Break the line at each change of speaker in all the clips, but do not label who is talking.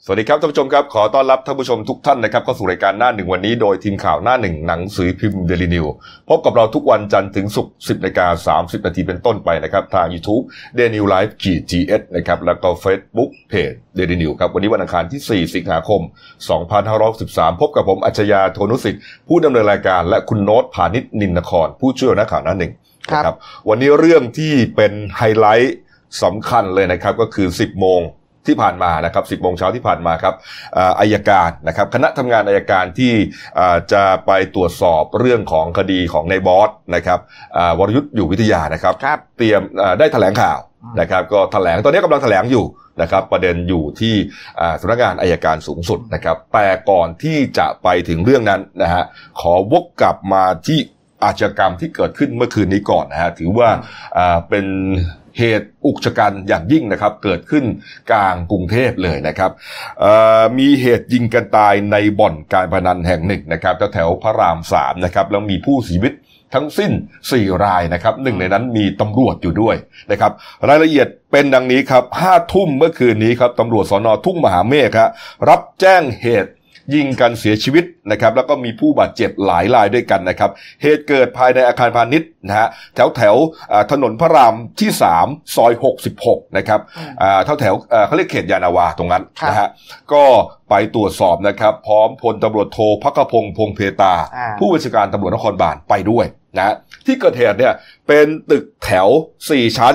สวัสดีครับท่านผู้ชมครับขอต้อนรับท่านผู้ชมทุกท่านนะครับเข้าสู่รายการหน้าหนึ่งวันนี้โดยทีมข่าวหน้าหนึ่งหนังสือพิมพ์ Daily News พบกับเราทุกวันจันทร์ถึงศุกร์ 10:30 น.เป็นต้นไปนะครับทาง YouTube Daily News Live GS นะครับแล้วก็ Facebook Page Daily News ครับวันนี้วันอังคารที่ 4 สิงหาคม 2563พบกับผมอัจฉริยะ โทนุสิทธิ์ผู้ดำเนินรายการและคุณโน้ต พานิชนินนครผู้ช่วยนักข่าวหน้าหนึ่งนะครับวันนี้เรื่องที่เป็นไฮไลท์สำคัญเลยนะครับก็คือ 10 โมงที่ผ่านมานะครับ 10 โมงเช้าที่ผ่านมาครับอัยการนะครับคณะทำงานอัยการที่จะไปตรวจสอบเรื่องของคดีของนายบอสนะครับวรยุทธ์อยู่วิทยานะครับเตรียมได้แถลงข่าวนะครับก็แถลงตอนนี้กำลังแถลงอยู่นะครับประเด็นอยู่ที่สำนักงานอัยการสูงสุดนะครับแต่ก่อนที่จะไปถึงเรื่องนั้นนะฮะขอวกกลับมาที่อาชญากรรมที่เกิดขึ้นเมื่อคืนนี้ก่อนนะฮะถือว่าเป็นเหตุอุกชะกันอย่างยิ่งนะครับเกิดขึ้นกลางกรุงเทพเลยนะครับมีเหตุยิงกันตายในบ่อนการพนันแห่งหนึ่งนะครับแถวพระราม3นะครับแล้วมีผู้เสียชีวิตทั้งสิ้น4รายนะครับหนึ่งในนั้นมีตำรวจอยู่ด้วยนะครับรายละเอียดเป็นดังนี้ครับ 5 ทุ่มเมื่อคืนนี้ครับตำรวจสน.ทุ่งมหาเมฆครับรับแจ้งเหตุยิงกันเสียชีวิตนะครับแล้วก็มีผู้บาดเจ็บหลายรายด้วยกันนะครับเหตุเกิดภายในอาคารพาณิชย์นะฮะแถวถนนพระรามที่3ซอย66นะครับแถวเขาเรียกเขตยานาวาตรงนั้นนะฮะก็ไปตรวจสอบนะครับพร้อมพลตำรวจโทภักพงษ์พงษ์เพตาผู้บัญชาการตำรวจนครบาลไปด้วยนะที่เกิดเหตุเนี่ยเป็นตึกแถว4ชั้น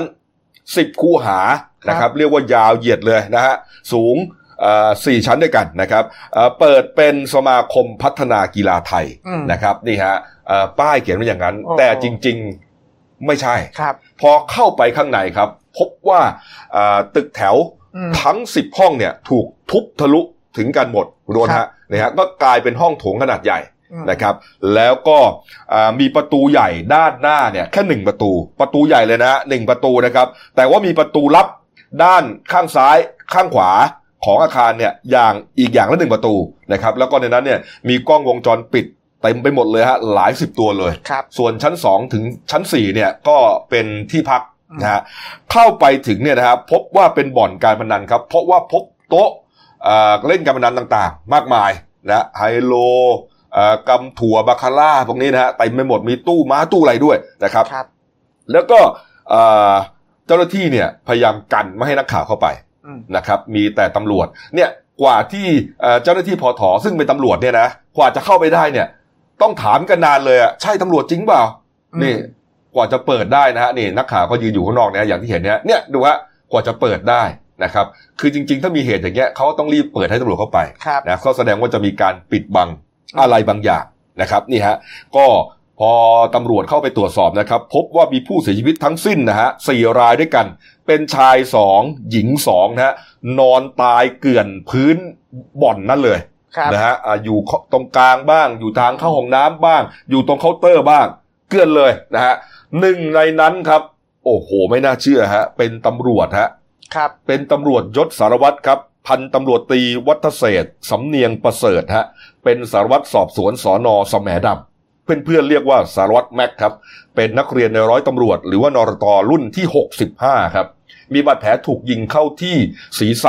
10คูหานะครับเรียกว่ายาวเหยียดเลยนะฮะสูง4 ชั้นด้วยกันนะครับเปิดเป็นสมาคมพัฒนากีฬาไทยนะครับนี่ฮะป้ายเขียนไว้อย่างนั้นแต่จริงๆไม่ใช่พอเข้าไปข้างในครับพบว่าตึกแถวทั้ง10ห้องเนี่ยถูกทุบทะลุถึงกันหมดโดนฮะนี่ฮะก็กลายเป็นห้องโถงขนาดใหญ่นะครับแล้วก็มีประตูใหญ่ด้านหน้าเนี่ยแค่1ประตูใหญ่เลยนะฮะ1ประตูนะครับแต่ว่ามีประตูลับด้านข้างซ้ายข้างขวาของอาคารเนี่ยอีกอย่างละ1ประตูนะครับแล้วก็ในนั้นเนี่ยมีกล้องวงจรปิดเต็มไปหมดเลยฮะหลาย10ตัวเลยส่วนชั้น2ถึงชั้น4เนี่ยก็เป็นที่พักนะฮะเข้าไปถึงเนี่ยนะครับพบว่าเป็นบ่อนการพนันครับเพราะว่าพบโต๊ะเล่นการพนันต่างๆมากมายนะไฮโลกำถั่วบาคาร่าพวกนี้นะฮะเต็มไปหมดมีตู้ม้าตู้อะไรด้วยนะครับแล้วก็เจ้าหน้าที่เนี่ยพยายามกันไม่ให้นักข่าวเข้าไปนะครับมีแต่ตำรวจเนี่ยกว่าที่เจ้าหน้าที่ผถ.ซึ่งเป็นตำรวจเนี่ยนะกว่าจะเข้าไปได้เนี่ยต้องถามกันนานเลยอ่ะใช่ตำรวจจริงเปล่านี่กว่าจะเปิดได้นะฮะนี่นักข่าวก็ยืนอยู่ข้างนอกนะอย่างที่เห็นเนี่ยดูฮะกว่าจะเปิดได้นะครับคือจริงๆถ้ามีเหตุอย่างเงี้ยเขาต้องรีบเปิดให้ตำรวจเข้าไปนะก็แสดงว่าจะมีการปิดบังอะไรบางอย่างนะครับนี่ฮะก็พอตำรวจเข้าไปตรวจสอบนะครับพบว่ามีผู้เสียชีวิตทั้งสิ้นนะฮะ4 รายด้วยกันเป็นชาย2หญิง2นะฮะนอนตายเกลื่อนพื้นบ่อนนั่นเลยนะฮะอยู่ตรงกลางบ้างอยู่ทางเข้าห้องน้ำบ้างอยู่ตรงเคาน์เตอร์บ้างเกลื่อนเลยนะฮะหนึ่งในนั้นครับโอ้โหไม่น่าเชื่อฮะเป็นตำรวจฮะเป็นตำรวจยศสารวัตรครับพันตำรวจตรีวัฒเศรษฐ์สำเนียงประเสริฐฮะเป็นสารวัตรสอบสวนสน.แสมดำเพื่อนๆเรียกว่าสารวัตรแม็กครับเป็นนักเรียนในร้อยตำรวจหรือว่านรต.รุ่นที่65ครับมีบาดแผลถูกยิงเข้าที่ศีรษะ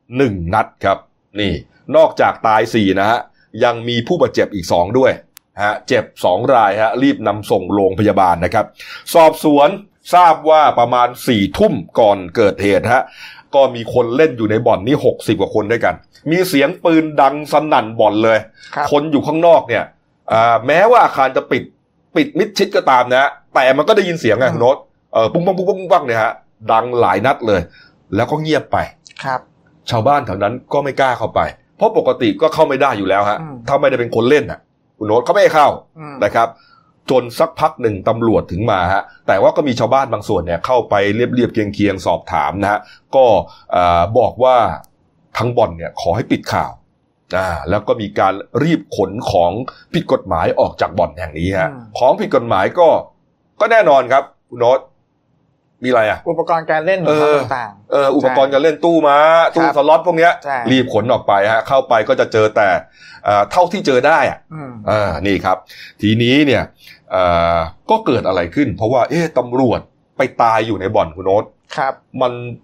1 นัดครับนี่นอกจากตาย4นะฮะยังมีผู้บาดเจ็บอีก2ด้วยฮะเจ็บ2 รายฮะรีบนำส่งโรงพยาบาลนะครับสอบสวนทราบว่าประมาณ4 ทุ่มก่อนเกิดเหตุฮะก็มีคนเล่นอยู่ในบ่อนนี้60 กว่าคนด้วยกันมีเสียงปืนดังสนั่นบ่อนเลยคนอยู่ข้างนอกเนี่ยแม้ว่าอาคารจะปิดมิดชิดก็ตามนะแต่มันก็ได้ยินเสียงไงโน้ตปุ้งปังปุ้งปังปุ้งปังเนี่ยฮะดังหลายนัดเลยแล้วก็เงียบไปชาวบ้านแถวนั้นก็ไม่กล้าเข้าไปเพราะปกติก็เข้าไม่ได้อยู่แล้วฮะถ้าไม่ได้เป็นคนเล่นคุณโน้ตเขาไม่ให้เข้านะครับจนสักพักหนึ่งตำรวจถึงมาฮะแต่ว่าก็มีชาวบ้านบางส่วนเนี่ยเข้าไปเรียบเคียงสอบถามนะฮะก็บอกว่าทั้งบ่อนเนี่ยขอให้ปิดข่าวแล้วก็มีการรีบขนของผิดกฎหมายออกจากบ่อนแห่งนี้ฮะของผิดกฎหมายก็แน่นอนครับคุณโน้ตมีอะไร
อุปกรณ์การเล่นต่าง
ๆอุปกรณ์การเล่นตู้ม้าตู้สล็อตพวกเนี้ยรีบขนออกไปฮะเข้าไปก็จะเจอแต่เท่าที่เจอได้นี่ครับทีนี้เนี่ยก็เกิดอะไรขึ้นเพราะว่าตำรวจไปตายอยู่ในบ่อนคุณโน้ตมัน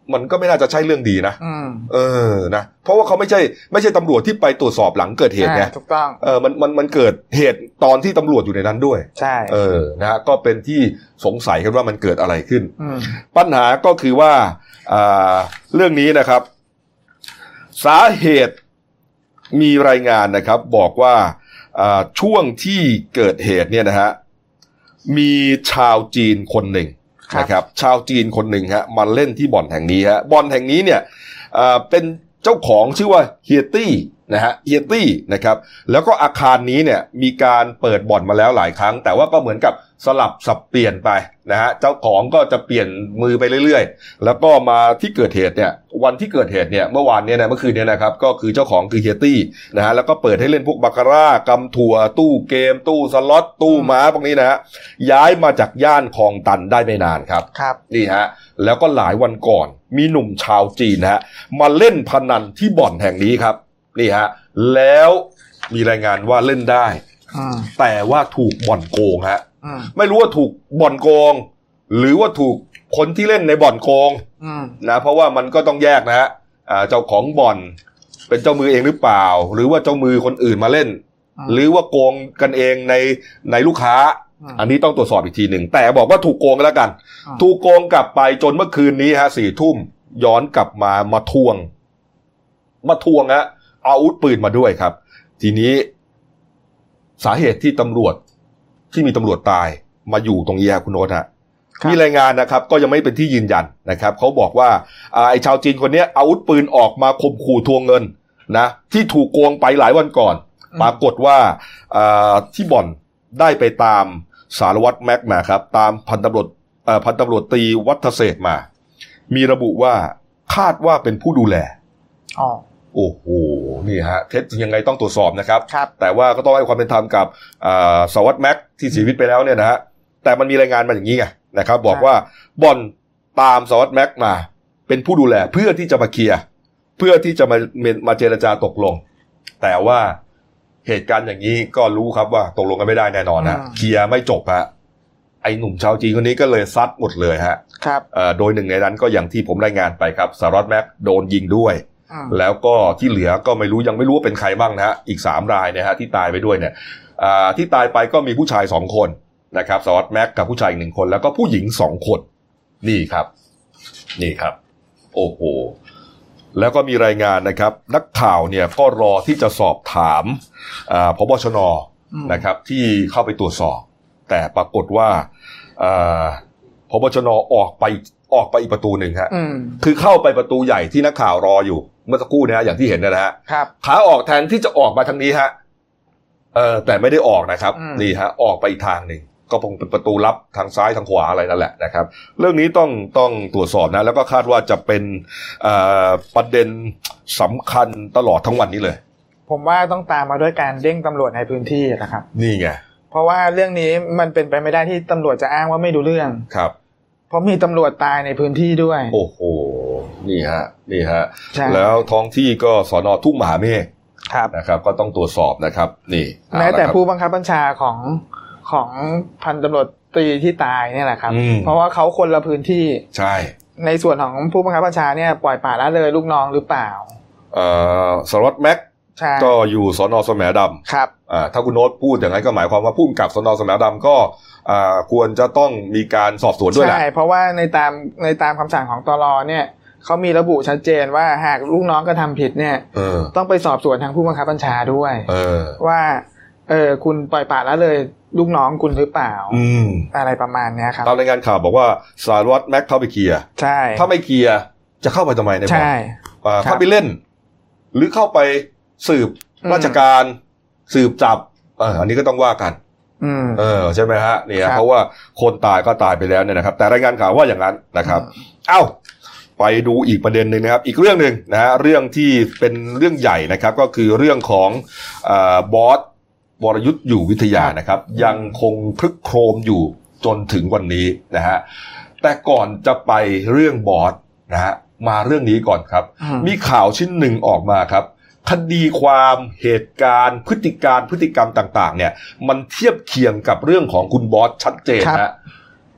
มันก็ไม่น่าจะใช่เรื่องดีนะนะเพราะว่าเขาไม่ใช่ตำรวจที่ไปตรวจสอบหลังเกิดเหตุไง
ถูกต้อง
มันเกิดเหตุตอนที่ตำรวจอยู่ในนั้นด้วย
ใช่
นะฮะก็เป็นที่สงสัยกันว่ามันเกิดอะไรขึ้นปัญหาก็คือว่าเรื่องนี้นะครับสาเหตุมีรายงานนะครับบอกว่าช่วงที่เกิดเหตุเนี่ยนะฮะมีชาวจีนคนหนึ่งนะครับชาวจีนคนหนึ่งฮะมาเล่นที่บ่อนแห่งนี้ฮะบ่อนแห่งนี้เนี่ยเป็นเจ้าของชื่อว่าเฮียตี้นะฮะเฮียตี้นะครับแล้วก็อาคารนี้เนี่ยมีการเปิดบ่อนมาแล้วหลายครั้งแต่ว่าก็เหมือนกับสลับสับเปลี่ยนไปนะฮะเจ้าของก็จะเปลี่ยนมือไปเรื่อยๆแล้วก็มาที่เกิดเหตุเนี่ยวันที่เกิดเหตุเนี่ยเมื่อวานเนี่ยนะเมื่อคืนเนี่ยนะครับก็คือเจ้าของคือเฮียตี้นะฮะแล้วก็เปิดให้เล่นพวกบาคาร่ากำถั่วตู้เกมตู้สล็อตตู้ม้าพวกนี้นะฮะย้ายมาจากย่านคลองตันได้ไม่นานครับนี่ฮะแล้วก็หลายวันก่อนมีหนุ่มชาวจีนนะฮะมาเล่นพนันที่บ่อนแห่งนี้ครับนี่ฮะแล้วมีรายงานว่าเล่นได้แต่ว่าถูกบ่อนโกงฮะไม่รู้ว่าถูกบ่อนโกงหรือว่าถูกคนที่เล่นในบ่อนโกงนะเพราะว่ามันก็ต้องแยกนะฮะเจ้าของบ่อนเป็นเจ้ามือเองหรือเปล่าหรือว่าเจ้ามือคนอื่นมาเล่นหรือว่าโกงกันเองในลูกค้าอันนี้ต้องตรวจสอบอีกทีหนึ่งแต่บอกว่าถูกโกงแล้วกันถูกโกงกลับไปจนเมื่อคืนนี้ฮะ 4 ทุ่มย้อนกลับมาทวงฮะเอาอาวุธปืนมาด้วยครับทีนี้สาเหตุที่มีตำรวจตายมาอยู่ตรงนี้คุณโน้ตฮะมีรายงานนะครับก็ยังไม่เป็นที่ยืนยันนะครับเขาบอกว่าไอ้ชาวจีนคนนี้เอาอาวุธปืนออกมาข่มขู่ทวงเงินนะที่ถูกโกงไปหลายวันก่อนปรากฏว่าที่บ่อนได้ไปตามสารวัตรแม็กมาครับตามพันตำรวจตรีวัฒเศษมามีระบุว่าคาดว่าเป็นผู้ดูแลโอ้โหนี่ฮะเท็จจริงยังไงต้องตรวจสอบนะครับแต่ว่าก็ต้องให้ความเป็นธรรมกับสารวัตรแม็กที่เสียชีวิตไปแล้วเนี่ยนะฮะแต่มันมีรายงานมาอย่างนี้ไงนะครับบอกว่าบ่อนตามสารวัตรแม็กมาเป็นผู้ดูแลเพื่อที่จะมาเคลียร์เพื่อที่จะมาเจรจาตกลงแต่ว่าเหตุการณ์อย่างนี้ก็รู้ครับว่าตกลงกันไม่ได้แน่นอนนะเคลียร์ไม่จบฮะไอ้หนุ่มชาวจีนคนนี้ก็เลยซัดหมดเลยฮะโดยหนึ่งในนั้นก็อย่างที่ผมรายงานไปครับสารวัตรแม็กโดนยิงด้วยแล้วก็ที่เหลือก็ยังไม่รู้ว่าเป็นใครบ้างนะฮะอีก3 รายนะฮะที่ตายไปด้วยเนี่ยที่ตายไปก็มีผู้ชาย2 คนนะครับสารวัตรแม็กกับผู้ชายอีก1 คนแล้วก็ผู้หญิง2 คนนี่ครับโอ้โหแล้วก็มีรายงานนะครับนักข่าวเนี่ยก็รอที่จะสอบถามผบ.ชน.นะครับที่เข้าไปตรวจสอบแต่ปรากฏว่าผบ.ชน.ออกไปอีกประตูหนึ่งฮะคือเข้าไปประตูใหญ่ที่นักข่าวรออยู่เมื่อสักครู่นะฮะอย่างที่เห็นนะฮะขาออกแทนที่จะออกมาทางนี้ฮะแต่ไม่ได้ออกนะครับนี่ฮะออกไปอีกทางหนึ่งก็คงเป็นประตูลับทางซ้ายทางขวาอะไรนั่นแหละนะครับเรื่องนี้ต้องตรวจสอบนะแล้วก็คาดว่าจะเป็นประเด็นสำคัญตลอดทั้งวันนี้เลย
ผมว่าต้องตามมาด้วยการเด้งตำรวจในพื้นที่นะครับ
นี่ไง
เพราะว่าเรื่องนี้มันเป็นไปไม่ได้ที่ตำรวจจะอ้างว่าไม่ดูเรื่อง
ครับ
เพราะมีตำรวจตายในพื้นที่ด้วย
โอ้โหนี่ฮะแล้วท้องที่ก็สน.ทุ่งมหาเมฆนะครับก็ต้องตรวจสอบนะครับนี่
แม้แต่ผู้บังคับบัญชาของพันตำรวจตรีที่ตายเนี่ยแหละครับเพราะว่าเขาคนละพื้นที่
ใช่
ในส่วนของผู้บังคับบัญชาเนี่ยปล่อยปละละเลยลูกน้องหรือเปล่า
สารวัตรแม็กก็อยู่สน.แสมดำ
ครับ
ถ้าคุณโน้ตพูดอย่างนั้นก็หมายความว่าผู้กำกับสน.แสมดำก็ควรจะต้องมีการสอบสวนด้วยแหละ
ใช่เพราะว่าในตามคำสั่งของตร.เนี่ยเขามีระบุชัดเจนว่าหากลูกน้องกระทำผิดเนี่ยต้องไปสอบสวนทางผู้บังคับบัญชาด้วยว่าคุณปล่อยปละละเลยลูกน้องคุณหรือเปล่าอะไรประมาณนี้ครับ
ตามรายงานข่าวบอกว่าสารวัตรแม็กเข้าไปเคลียร์
ใช่
ถ้าไม่เคลียร์จะเข้าไปทำไมในบ่อนเข้าไปเล่นหรือเข้าไปสืบราชการสืบจับอันนี้ก็ต้องว่ากันใช่ไหมฮะเนี่ยเพราะว่าคนตายก็ตายไปแล้วเนี่ยนะครับแต่รายงานข่าวว่าอย่างนั้นนะครับไปดูอีกประเด็นหนึ่งนะครับอีกเรื่องนึงนะฮะเรื่องที่เป็นเรื่องใหญ่นะครับก็คือเรื่องของบอสวรยุทธ์อยู่วิทยานะครับยังคงคลึกโครมอยู่จนถึงวันนี้นะฮะแต่ก่อนจะไปเรื่องบอสนะฮะมาเรื่องนี้ก่อนครับมีข่าวชิ้นหนึ่งออกมาครับคดีความเหตุการณ์พฤติกรรมต่างๆเนี่ยมันเทียบเคียงกับเรื่องของคุณบอสชัดเจนนะ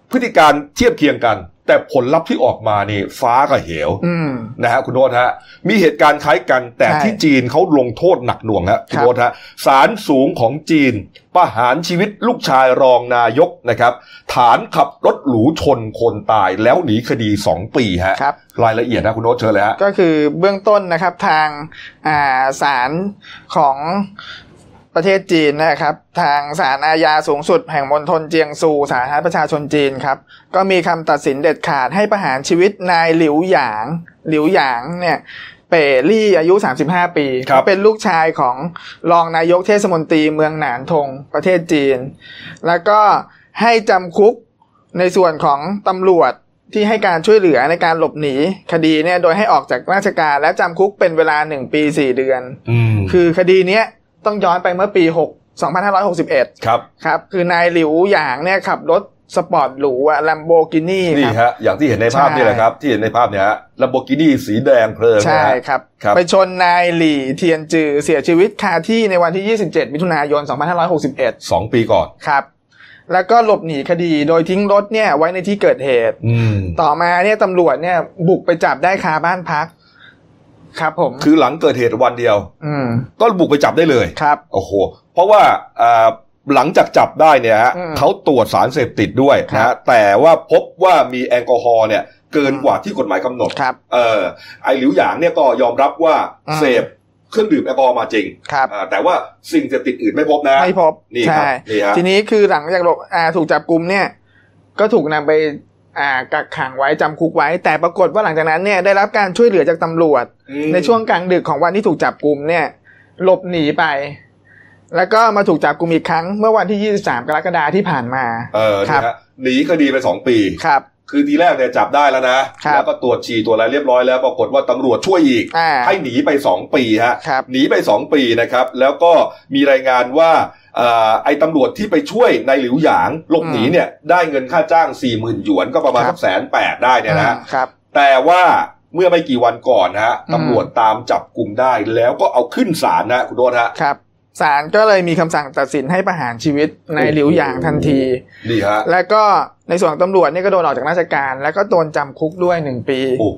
พฤติการเทียบเคียงกันแต่ผลลัพธ์ที่ออกมานี่ฟ้ากับเหวนะฮะคุณโน้ตฮะมีเหตุการณ์คล้ายกันแต่ที่จีนเขาลงโทษหนักหน่วงฮะคุณโน้ตฮะศาลสูงของจีนประหารชีวิตลูกชายรองนายกนะครับฐานขับรถหรูชนคนตายแล้วหนีคดี2 ปีฮะรายละเอียดนะคุณโน้ตเชิญเลยฮะ
ก็คือเบื้องต้นนะครับทางศาลของประเทศจีนนะครับทางศาลอาญาสูงสุดแห่งมณฑลเจียงซูสาธารณรัฐประชาชนจีนครับก็มีคำตัดสินเด็ดขาดให้ประหารชีวิตนายหลิวหยางเนี่ยเป๋ลี่อายุ35 ปีเขาเป็นลูกชายของรองนายกเทศมนตรีเมืองหนานทงประเทศจีนแล้วก็ให้จำคุกในส่วนของตำรวจที่ให้การช่วยเหลือในการหลบหนีคดีเนี่ยโดยให้ออกจากราชการและจำคุกเป็นเวลา1 ปี 4 เดือนคือคดีเนี้ยต้องย้อนไปเมื่อปี2561ครับคือนายหลิวหยางเนี่ยขับรถสปอร์ตหรูอะ Lamborghini
นี่ฮะอย่างที่เห็นในภาพนี่แหละครับที่เห็นในภาพเนี่ยฮะ Lamborghini สีแดงเพลิง
ใช่ครับไปชนนายหลี่เทียนจือเสียชีวิตคาที่ในวันที่27 มิถุนายน 2561
2 ปีก่อน
ครับแล้วก็หลบหนีคดีโดยทิ้งรถเนี่ยไว้ในที่เกิดเหตุต่อมาเนี่ยตำรวจเนี่ยบุกไปจับได้คาบ้านพักครับผม
คือหลังเกิดเหตุวันเดียวก็บุกไปจับได้เลย
ครับ
โอ้โหเพราะว่าหลังจากจับได้เนี่ยฮะเขาตรวจสารเสพติดด้วยนะแต่ว่าพบว่ามีแอลกอฮอล์เนี่ยเกินกว่าที่กฎหมายกำหนดไอหลิวหยางเนี่ยก็ยอมรับว่าเสพเครื่องดื่มแอลกอฮอล์มาจริงแต่ว่าสิ่งเสพติดอื่นไม่พบนะ
ไม่พบ
นี่ครับ
ทีนี้คือหลังจากถูกจับกุมเนี่ยก็ถูกนำไปกักขังไว้จำคุกไว้แต่ปรากฏว่าหลังจากนั้นเนี่ยได้รับการช่วยเหลือจากตำรวจในช่วงกลางดึกของวันที่ถูกจับกุมเนี่ยหลบหนีไปแล้วก็มาถูกจับกุมอีกครั้งเมื่อวันที่23 กรกฎาคมที่ผ่านมา
ครับหนีคดีไป2 ปี
ครับ
คือทีแรกเนี่ยจับได้แล้วนะแล้วก็ตรวจฉี่ตัวอะไรเรียบร้อยแล้วปรากฏว่าตำรวจช่วยอีกให้หนีไป2 ปีฮะหนีไป2 ปีนะครับแล้วก็มีรายงานว่าไอ้ตำรวจที่ไปช่วยนายหลิวหยางหลบหนีเนี่ยได้เงินค่าจ้าง 40,000 หยวนก็ประมาณสัก180,000ได้เนี่ยนะแต่ว่าเมื่อไม่กี่วันก่อนนะฮะตำรวจตามจับกุมได้แล้วก็เอาขึ้นศาลนะคุณโดนฮะ
ศาลก็เลยมีคำสั่งตัดสินให้ประหารชีวิตนายหลิวหยางทันที
นี่ฮะ
แล้วก็ในส่วนของตำรวจนี่ก็โดนออกจากราชการแล้วก็โดนจำคุกด้วย1 ปี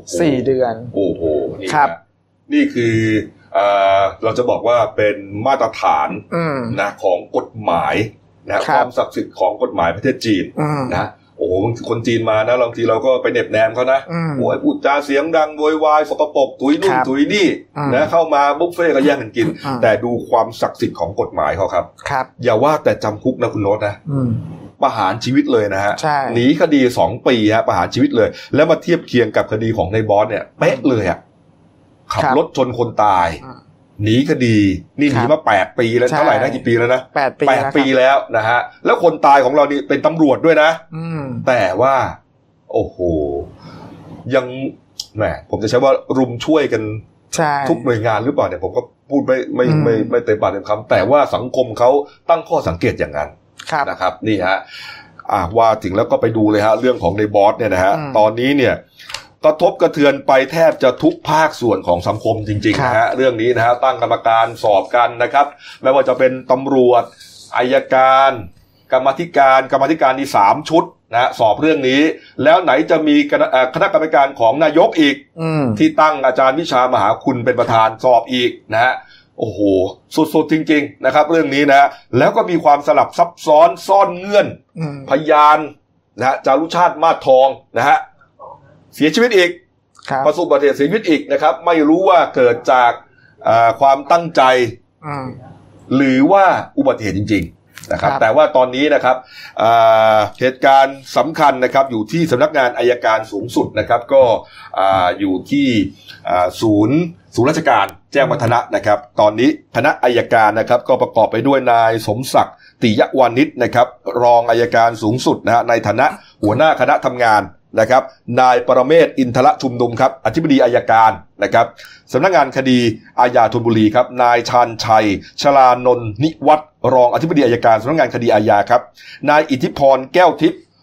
4 เดือน
โอ้โหนี่ครับนี่คือเราจะบอกว่าเป็นมาตรฐานนะของกฎหมายนะความศักดิ์สิทธิ์ของกฎหมายประเทศจีนนะโอ้โหคนจีนมานะบางทีเราก็ไปเน็บแนมเขานะโอ้ยพูดจาเสียงดังโวยวายสกปรกตุยนู่นตุยนี่นะเข้ามาบุฟเฟ่ก็แย่งกันกินแต่ดูความศักดิ์สิทธิ์ของกฎหมายเขาครับอย่าว่าแต่จำคุกนะคุณโน้ตนะประหารชีวิตเลยนะฮะหนีคดี2 ปีฮะประหารชีวิตเลยแล้วมาเทียบเคียงกับคดีของนายบอสเนี่ยเป๊ะเลยอ่ะขับรถชนคนตายหนีคดีนี่หนีมา8 ปีแล้วเท่าไหร่นะกี่ปีแล้วนะ8 ปีแล้วนะฮะแล้วคนตายของเรานี่เป็นตำรวจด้วยนะแต่ว่าโอ้โหยังแหมผมจะใช้ว่ารุมช่วยกันทุกหน่วยงานหรือเปล่าเนี่ยผมก็พูดไม่เต็มปากเต็มคำแต่ว่าสังคมเขาตั้งข้อสังเกตอย่างนั้นนะครับนี่ฮะว่าถึงแล้วก็ไปดูเลยฮะเรื่องของในบอสเนี่ยนะฮะตอนนี้เนี่ยกระทบกระเทือนไปแทบจะทุกภาคส่วนของสังคมจริงๆนะฮะเรื่องนี้นะฮะตั้งกรรมการสอบกันนะครับไม่ว่าจะเป็นตำรวจอัยการกรรมาธิการที่3 ชุดนะสอบเรื่องนี้แล้วไหนจะมีคณะกรรมการของนายกอีกที่ตั้งอาจารย์วิชามหาคุณเป็นประธานสอบอีกนะฮะโอ้โหสุดๆจริงๆนะครับเรื่องนี้นะแล้วก็มีความสลับซับซ้อนซ่อนเงื่อนพยานนะฮะจารุชาติมาศทองนะฮะเสียชีวิตอีกประสบอุบัติเหตุเสียชีวิตอีกนะครับไม่รู้ว่าเกิดจากความตั้งใจหรือว่าอุบัติเหตุจริงๆนะครับแต่ว่าตอนนี้นะครับเหตุการณ์สำคัญนะครับอยู่ที่สำนักงานอัยการสูงสุดนะครับก็อยู่ที่ศูนย์ราชการแจ้งวัฒนะนะครับตอนนี้คณะอัยการนะครับก็ประกอบไปด้วยนายสมศักดิ์ติยวานิชนะครับรองอัยการสูงสุดนะฮะในฐานะหัวหน้าคณะทำงานนะครับนายปรเมศวร์อินทรชุมนุมครับอธิบดีอัยการนะครับสำนักงานคดีอาญาธนบุรีครับนายชาญชัยชลานนท์นิวัฒน์รองอธิบดีอัยการสำนักงานคดีอาญาครับนายอิทธิพรแก้วทิพย์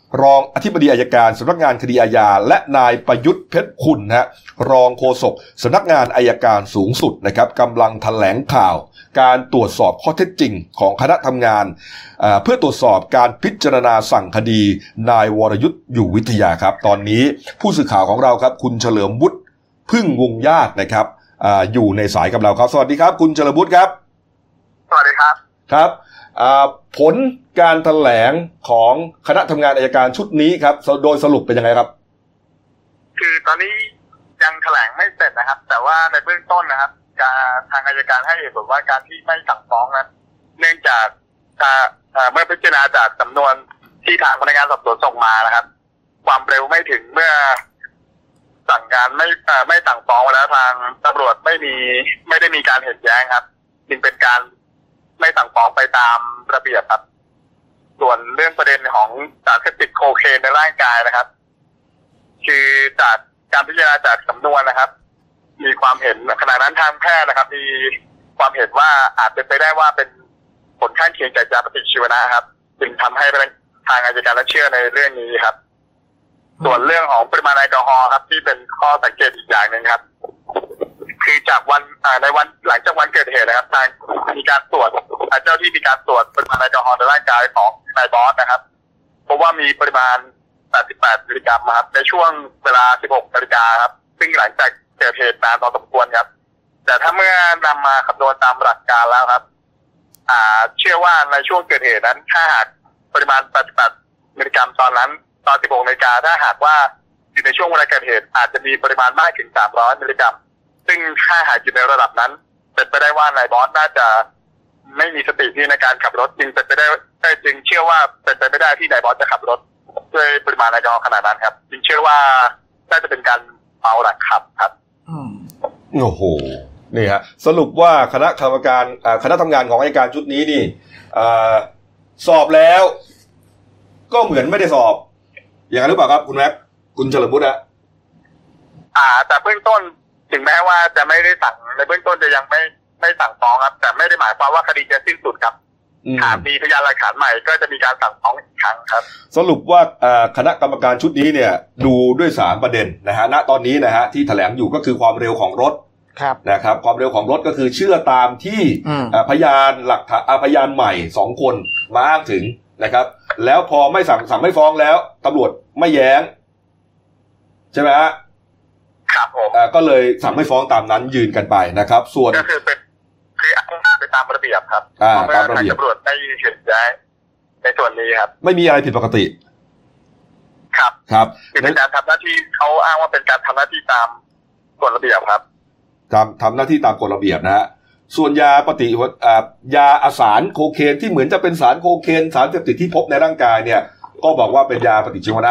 รองอธิบดีอัยการสำนักงานคดีอาญาและนายประยุทธ์เพชรคุณฮะรองโฆษกสำนักงานอัยการสูงสุดนะครับกำลังแถลงข่าวการตรวจสอบข้อเท็จจริงของคณะทำงานเพื่อตรวจสอบการพิจารณาสั่งคดีนายวรยุทธ์อยู่วิทยาครับตอนนี้ผู้สื่อข่าวของเราครับคุณเฉลิมวุฒิพึ่งวงญาตินะครับอยู่ในสายกับเราครับสวัสดีครับคุณเฉลิมวุฒิครับ
สวัสดีครับ
ครับผลการแถลงของคณะทำงานอัยการชุดนี้ครับโดยสรุปเป็นยังไงครับ
คือตอนนี้ยังแถลงไม่เสร็จนะครับแต่ว่าในเบื้องต้นนะครับทางอัยการให้เหตุผลว่าการที่ไม่สั่งฟ้องนั้นเนื่องจากเมื่อพิจารณาจากสำนวนที่ทางพนักงานสอบสวนส่งมานะครับความเร็วไม่ถึงเมื่อสั่งการไม่สั่งฟ้องแล้วทางตำรวจไม่ได้มีการเห็นแย้งครับจึงเป็นการไม่สั่งฟ้องไปตามระเบียบครับส่วนเรื่องประเด็นของสารเสพติดโคเคนในร่างกายนะครับคือจากการพิจารณาจากสำนวนนะครับมีความเห็นขณะนั้นทางแพทย์นะครับมีความเห็นว่าอาจเป็นไปได้ว่าเป็นผลข้างเคียงจากยาปฏิชีวนะครับจึงทำให้ทางอัยการเชื่อในเรื่องนี้ครับส่วนเรื่องของปริมาณแอลกอฮอล์ครับที่เป็นข้อสังเกตอีกอย่างนึงครับคือจากในวันหลังจากวันเกิดเหตุนะครับทางมีการตรวจเจ้าที่มีการตรวจปริมาณแอลกอฮอล์ในร่างกายของนายบอสนะครับพบว่ามีปริมาณ88มิลลิกรัมครับในช่วงเวลา 16 นาฬิกาครับซึ่งหลังจากเกิดเหตุนานพอสมควรครับแต่ถ้าเมื่อนำมาคำนวณตามหลักการแล้วครับเชื่อว่าในช่วงเกิดเหตุนั้นถ้าหากปริมาณ88มิลลิกรัมตอน 16 นาฬิกาถ้าหากว่าอยู่ในช่วงเวลาเกิดเหตุอาจจะมีปริมาณมากถึง300มิลลิกรัมซึ่งถ้าหากอยู่ในระดับนั้นเป็นไปได้ว่านายบอสน่าจะไม่มีสติในการขับรถจึงเป็นไปได้จึงเชื่อว่าเป็นไปไม่ได้ที่นายบอสจะขับรถด้วยปริมาณแอลกอฮอล์ขนาดนั้นครับจึงเชื่อว่าน่าจะเป็นการเมาหลังขับครับ
โอ้โหนี่ฮะสรุปว่าคณะทำงานของอัยการชุดนี้นี่สอบแล้วก็เหมือนไม่ได้สอบอย่างนั้นหรือเปล่าครับคุณแม็กคุณเฉลิมวุฒิ
แต่เบื้องต้นถึงแม้ว่าจะไม่ได้สั่งในเบื้องต้นจะยังไม่สั่งฟ้องครับแต่ไม่ได้หมายความว่าคดีจะสิ้นสุดครับหากมีพยานหลักฐานใหม่ก็จะมีการสั่งฟ้องอีกครั้งครับ
สรุปว่าคณะกรรมการชุดนี้เนี่ยดูด้วย3ประเด็นนะฮะณตอนนี้นะฮะที่แถลงอยู่ก็คือความเร็วของรถนะครับความเร็วของรถก็คือเชื่อตามที่พยานหลักฐานพยานใหม่2คนมาอ้างถึงนะครับแล้วพอไม่สั่งไม่ฟ้องแล้วตำรวจไม่แย้งใช่ไหมฮะ
ครับผม
ก็เลยสั่งไม่ฟ้องตามนั้นยืนกันไปนะครับส่วน
ก็คืออ้างไปตามระเบียบครับ
ตามระเบียบ
ตำรวจได้เห็นแย้งในส่วนนี้ครับ
ไม่มีอะไรผิดปกติ
ครับเป็นการทำหน้าที่เขาอ้างว่าเป็นการทำหน้าที่ตามกฎระเบียบครับ
ทำหน้าที่ตามกฎระเบียบนะฮะส่วนยาอยาสารโคเคนที่เหมือนจะเป็นสารโคเคนสารเสพติดที่พบในร่างกายเนี่ยก็บอกว่าเป็นยาปฏิชีว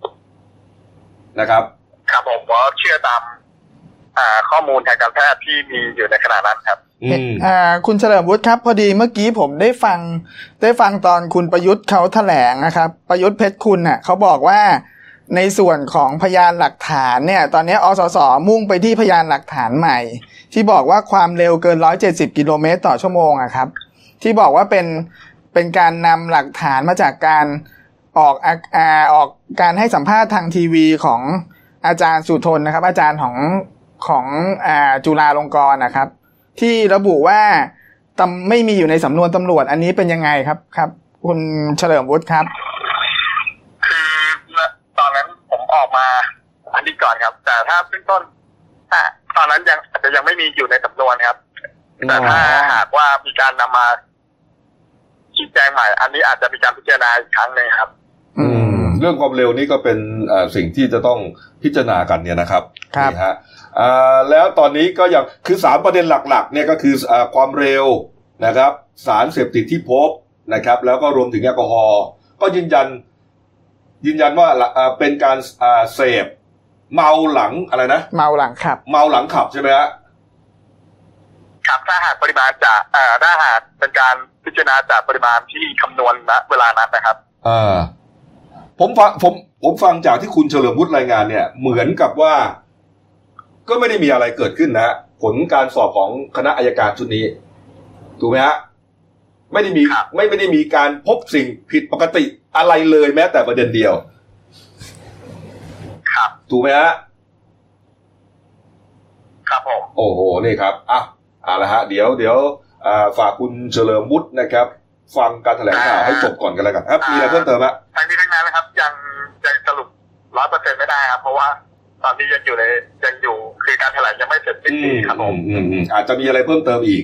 นะครับ
ผมก็เชื่อตามข้อมูลทางการแพทย์ที่มีอยู่ในขณะนั้นครับ
คุณเฉลิมวุฒิครับพอดีเมื่อกี้ผมได้ฟังตอนคุณประยุทธ์เขาแถลงนะครับประยุทธ์เพชรคุณน่ะเขาบอกว่าในส่วนของพยานหลักฐานเนี่ยตอนนี้อสส.มุ่งไปที่พยานหลักฐานใหม่ที่บอกว่าความเร็วเกิน170กิโลเมตรต่อชั่วโมงอะครับที่บอกว่าเป็นการนำหลักฐานมาจากการออกการให้สัมภาษณ์ทางทีวีของอาจารย์สุทนนะครับอาจารย์ของจุฬาลงกรณ์นะครับที่ระบุว่าไม่มีอยู่ในสำนวนตำรวจอันนี้เป็นยังไงครับคุณเฉลิมวุฒิครับ
คือตอนนั้นผมออกมาอันนี้ก่อนครับแต่ถ้าเบื้องต้นตอนนั้นอาจจะยังไม่มีอยู่ในสำนวนครับแต่ถ้าหากว่ามีการนำมาชี้แจงใหม่อันนี้อาจจะมีการพิจารณาอีกครั้งนึงครับ
เรื่องความเร็วนี้ก็เป็นสิ่งที่จะต้องพิจารณากันเนี่ยนะครับนี่ฮะแล้วตอนนี้ก็ยังคือ3ประเด็นหลักๆเนี่ยก็คือความเร็วนะครับสารเสพติดที่พบนะครับแล้วก็รวมถึงแอลกอฮอล์ก็ยืนยันว่าเป็นการเสพเมาหลังอะไรนะ
เมาหลัง
ขับใช่ไหมฮะ
ครับถ้าหากปริมาณจากถ้าหากเป็นการพิจารณาจากปริมาณที่คำนวณณเวลานั้นนะครับ
ผมฟังจากที่คุณเฉลิมวุฒิรายงานเนี่ยเหมือนกับว่าก็ไม่ได้มีอะไรเกิดขึ้นนะผลการสอบของคณะอัยการชุดนี้ถูกไหมฮะไม่ได้มีการพบสิ่งผิดปกติอะไรเลยแม้แต่ประเด็นเดียว
ครับ
ถูกไหมฮะ
ครับผม
โอ้โหนี่ครับเอาละฮะเดี๋ยวฝากคุณเฉลิมวุฒินะครับฟังการแถลงข่าวให้จบก่อนกันแล้วกันครับมีอะไรเพิ่มเติมไหม
ทั้งนี้ทั้งนั้นนะครับยังสรุป 100% ไม่ได้ครับเพราะว่าตอนนี้ยังอยู่คือการแถลงยังไม่เสร็จสิ้นครับผม
อาจจะมีอะไรเพิ่มเติมอีก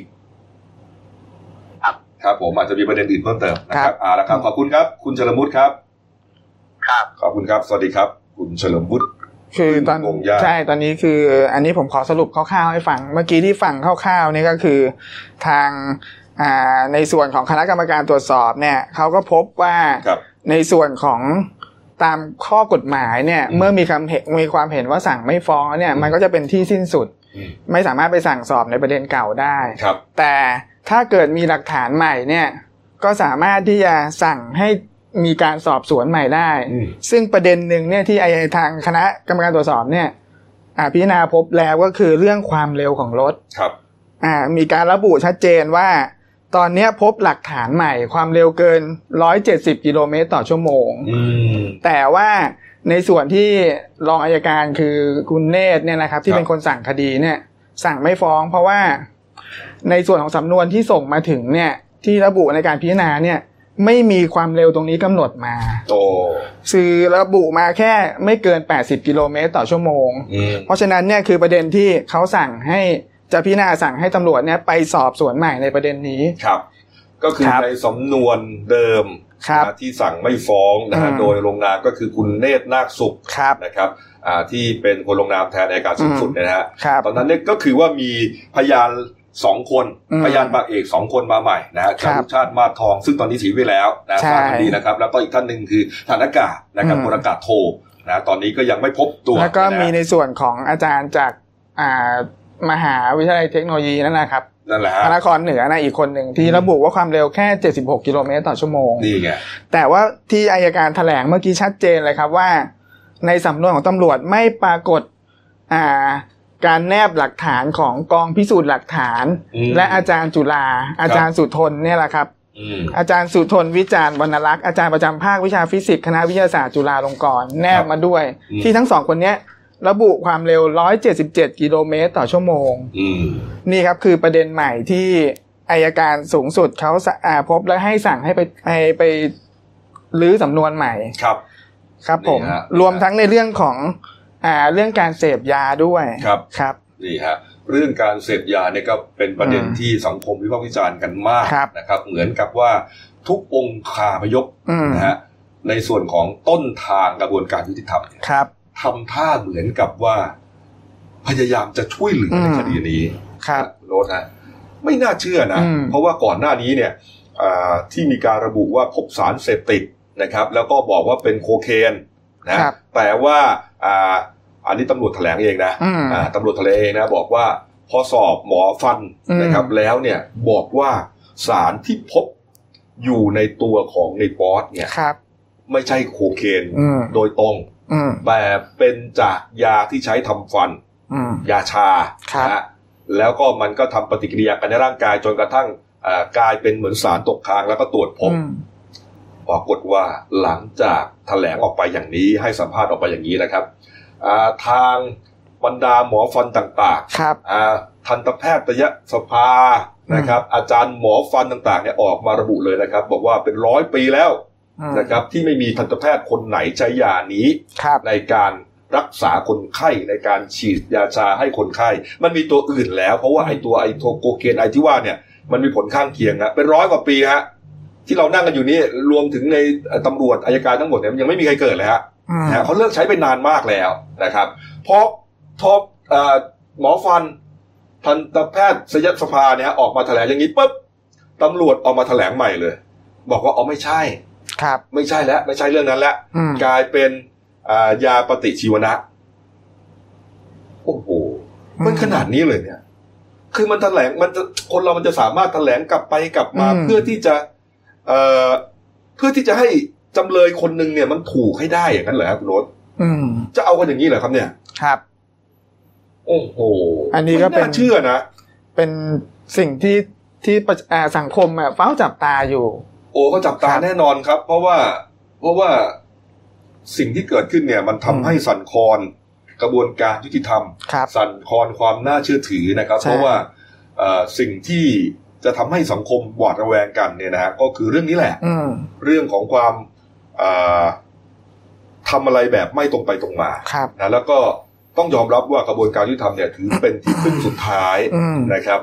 ครับผมอาจจะมีประเด็นอื่นเพิ่มเติมนะครับละครับขอบคุณครับคุณเฉลิมวุฒิครับ
ครับ
ขอบคุณครับสวัสดีครับคุณเฉลิมวุฒิ
คือตอนนี้คืออันนี้ผมขอสรุปคร่าวๆให้ฟังเมื่อกี้ที่ฟังคร่าวๆนี่ก็คือทางในส่วนของคณะกรรมการตรวจสอบเนี่ยเขาก็พบว่าในส่วนของตามข้อกฎหมายเนี่ยเมื่อมีความเห็นว่าสั่งไม่ฟ้องเนี่ยมันก็จะเป็นที่สิ้นสุดไม่สามารถไปสั่งสอบในประเด็นเก่าได้แต่ถ้าเกิดมีหลักฐานใหม่เนี่ยก็สามารถที่จะสั่งให้มีการสอบสวนใหม่ได้ซึ่งประเด็นหนึ่งเนี่ยที่ทางคณะกรรมการตรวจสอบเนี่ยพิจารณาพบแล้วก็คือเรื่องความเร็วของรถมีการระบุชัดเจนว่าตอนนี้พบหลักฐานใหม่ความเร็วเกิน170กิโลเมตรต่อชั่วโมงแต่ว่าในส่วนที่รองอัยการคือคุณเนตรเนี่ยนะครับที่เป็นคนสั่งคดีเนี่ยสั่งไม่ฟ้องเพราะว่าในส่วนของสำนวนที่ส่งมาถึงเนี่ยที่ระบุในการพิจารณาเนี่ยไม่มีความเร็วตรงนี้กำหนดมาคือระบุมาแค่ไม่เกิน80กิโลเมตรต่อชั่วโมงเพราะฉะนั้นเนี่ยคือประเด็นที่เขาสั่งให้จะพิจารณาสั่งให้ตำรวจเนี่ยไปสอบสวนใหม่ในประเด็นนี้
ครับก็คือในสำนวนเดิมที่สั่งไม่ฟ้องนะฮะโดยลงนามก็คือคุณเนตรนาคสุขนะครับที่เป็นคนลงนามแทนอัยการสูงสุดนะฮะตอนนั้นเนี่ยก็คือว่ามีพยาน2คนพยานปากเอก2คนมาใหม่นะฮะจารุชาติมาทองซึ่งตอนนี้เสียไปแล้วนะทราบดีนะครับแล้วก็อีกท่านนึงคือฐานอากาศนะครับพลอากาศโทนะตอนนี้ก็ยังไม่พบตัว
แล้วก็มีในส่วนของอาจารย์จากมหาวิทยาลัยเทคโนโลยีนั่นนะครับ
นั่นแหละ
พระนครเหนือนะอีกคนหนึ่งที่ระบุว่าความเร็วแค่76กิโลเมตรต่อชั่วโมง
นี่ไง
แต่ว่าที่อัยการแถลงเมื่อกี้ชัดเจนเลยครับว่าในสำนวนของตำรวจไม่ปรากฏการแนบหลักฐานของกองพิสูจน์หลักฐานและอาจารย์จุฬาอาจารย์สุทนเนี่ยแหละครับอาจารย์สุทนวิจารณ์วรรณลักษณ์อาจารย์ประจำภาควิชาฟิสิกส์คณะวิทยาศาสตร์จุฬาลงกรณ์แนบมาด้วยที่ทั้งสองคนนี้ระบุความเร็ว177กิโลเมตรต่อชั่วโมงนี่ครับคือประเด็นใหม่ที่อัยการสูงสุดเขาพบและให้สั่งให้ไปรื้อสำนวนใหม่ครับผมรวมทั้งในเรื่องของเรื่องการเสพยาด้วย
ครับนี่ฮะเรื่องการเสพยาเนี่ยก็เป็นประเด็นที่สังคมวิพากษ์วิจารณ์กันมากนะครับเหมือนกับว่าทุกองค์คาพยพนะฮะในส่วนของต้นทางกระบวนการยุติธรรมทำท่าเหมือนกับว่าพยายามจะช่วยเหลือในคดีนี้โรสนะไม่น่าเชื่อนะเพราะว่าก่อนหน้านี้เนี่ยที่มีการระบุว่าพบสารเสพติดนะครับแล้วก็บอกว่าเป็นโคเคนนะแต่ว่าอันนี้ตำรวจแถลงเองนะตำรวจแถลงเองนะบอกว่าพอสอบหมอฟันนะครับแล้วเนี่ยบอกว่าสารที่พบอยู่ในตัวของในป๊อตเนี่ยไม่ใช่โคเคนโดยตรงแต่เป็นจากยาที่ใช้ทำฟันยาชานะแล้วก็มันก็ทำปฏิกิริยากันในร่างกายจนกระทั่งกลายเป็นเหมือนสารตกค้างแล้วก็ตรวจพบปรากฏว่าหลังจากแถลงออกไปอย่างนี้ให้สัมภาษณ์ออกไปอย่างนี้นะครับทางบรรดาหมอฟันต่างๆทันตแพทยสภานะครับอาจารย์หมอฟันต่างๆเนี่ยออกมาระบุเลยนะครับบอกว่าเป็น100 ปีแล้วนะครับที่ไม่มีทันตแพทย์คนไหนใช้ยานี้ในการรักษาคนไข้ในการฉีดยาชาให้คนไข้มันมีตัวอื่นแล้วเพราะว่าไอตัวโคเคนไอที่ว่าเนี่ยมันมีผลข้างเคียงนะเป็น100 กว่าปีฮะที่เรานั่งกันอยู่นี่รวมถึงในตำรวจอัยการทั้งหมดเนี่ยยังไม่มีใครเกิดเลยฮะเขาเลิกใช้ไปนานมากแล้วนะครับเพราะหมอฟันทันตแพทยสภาเนี่ยออกมาแถลงอย่างนี้ปุ๊บตำรวจออกมาแถลงใหม่เลยบอกว่าอ๋อไม่ใช่ไม่ใช่แล้วไม่ใช่เรื่องนั้นแล้วกลายเป็นยาปฏิชีวนะโอ้โหมันขนาดนี้เลยเนี่ยคือมันแถลงมันจะคนเรามันจะสามารถแถลงกลับไปกลับมาเพื่อที่จะให้จำเลยคนหนึ่งเนี่ยมันถูกให้ได้อย่างนั้นเหรอครับคุณโรสจะเอากันอย่างนี้เหรอครับเนี่ย
ครับ
โอ้โห
อันนี้ก็เป็น
เชื่อนะ
เป็นสิ่งที่ที่สังคมเฝ้าจับตาอยู่
โอ้ก็จับตาแน่นอนครับเพราะว่าสิ่งที่เกิดขึ้นเนี่ยมันทำให้สั่นคลอนกระบวนการยุติธรรมสั่นคลอนความน่าเชื่อถือนะครับเพราะว่าสิ่งที่จะทำให้สังคมหวาดระแวงกันเนี่ยนะฮะก็คือเรื่องนี้แหละเรื่องของความทำอะไรแบบไม่ตรงไปตรงมานะแล้วก็ต้องยอมรับว่ากระบวนการยุติธรรมเนี่ยถือเป็นที่พึ่งสุดท้ายนะครับ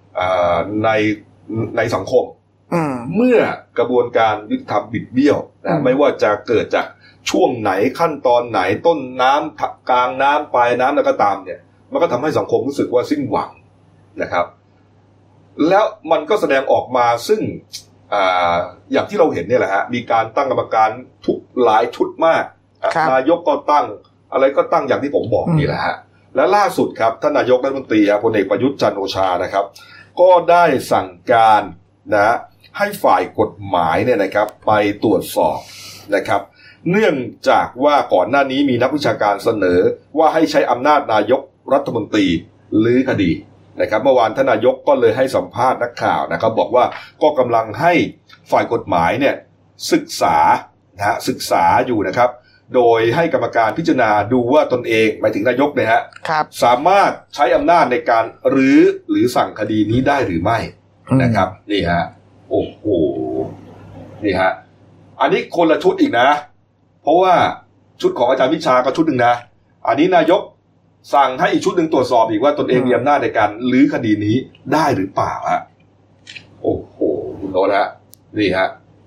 ในสังคมเมื่อกระบวนการยุติธรรมบิดเบี้ยวนะไม่ว่าจะเกิดจากช่วงไหนขั้นตอนไหนต้นน้ำกลางน้ำปลายน้ำแล้วก็ตามเนี่ยมันก็ทำให้สังคมรู้สึกว่าสิ้นหวังนะครับแล้วมันก็แสดงออกมาซึ่งอย่างที่เราเห็นเนี่ยแหละฮะมีการตั้งกรรมการทุกหลายชุดมากนายกก็ตั้งอะไรก็ตั้งอย่างที่ผมบอกนี่แหละฮะและล่าสุดครับท่านนายกรัฐมนตรีพลเอกประยุทธ์จันทร์โอชานะครับก็ได้สั่งการนะให้ฝ่ายกฎหมายเนี่ยนะครับไปตรวจสอบนะครับเนื่องจากว่าก่อนหน้านี้มีนักวิชาการเสนอว่าให้ใช้อำนาจนายกรัฐมนตรีลื้อคดีนะครับเมื่อวานท่านนายกก็เลยให้สัมภาษณ์นักข่าวนะครับบอกว่าก็กำลังให้ฝ่ายกฎหมายเนี่ยศึกษาอยู่นะครับโดยให้กรรมการพิจารณาดูว่าตนเองหมายถึงนายกเนี่ยฮะสามารถใช้อำนาจในการรื้อหรือสั่งคดีนี้ได้หรือไม่นะครับนี่ฮะโอ้โหนี่ฮะอันนี้คนละชุดอีกนะเพราะว่าชุดของอาจารย์วิชาก็ชุดหนึ่งนะอันนี้นายกสั่งให้อีกชุดหนึ่งตรวจสอบอีกว่าตนเองมีอำนาจในการรื้อคดีนี้ได้หรือเปล่าฮะโอ้โหคุณโน้ตฮะนี่ฮะ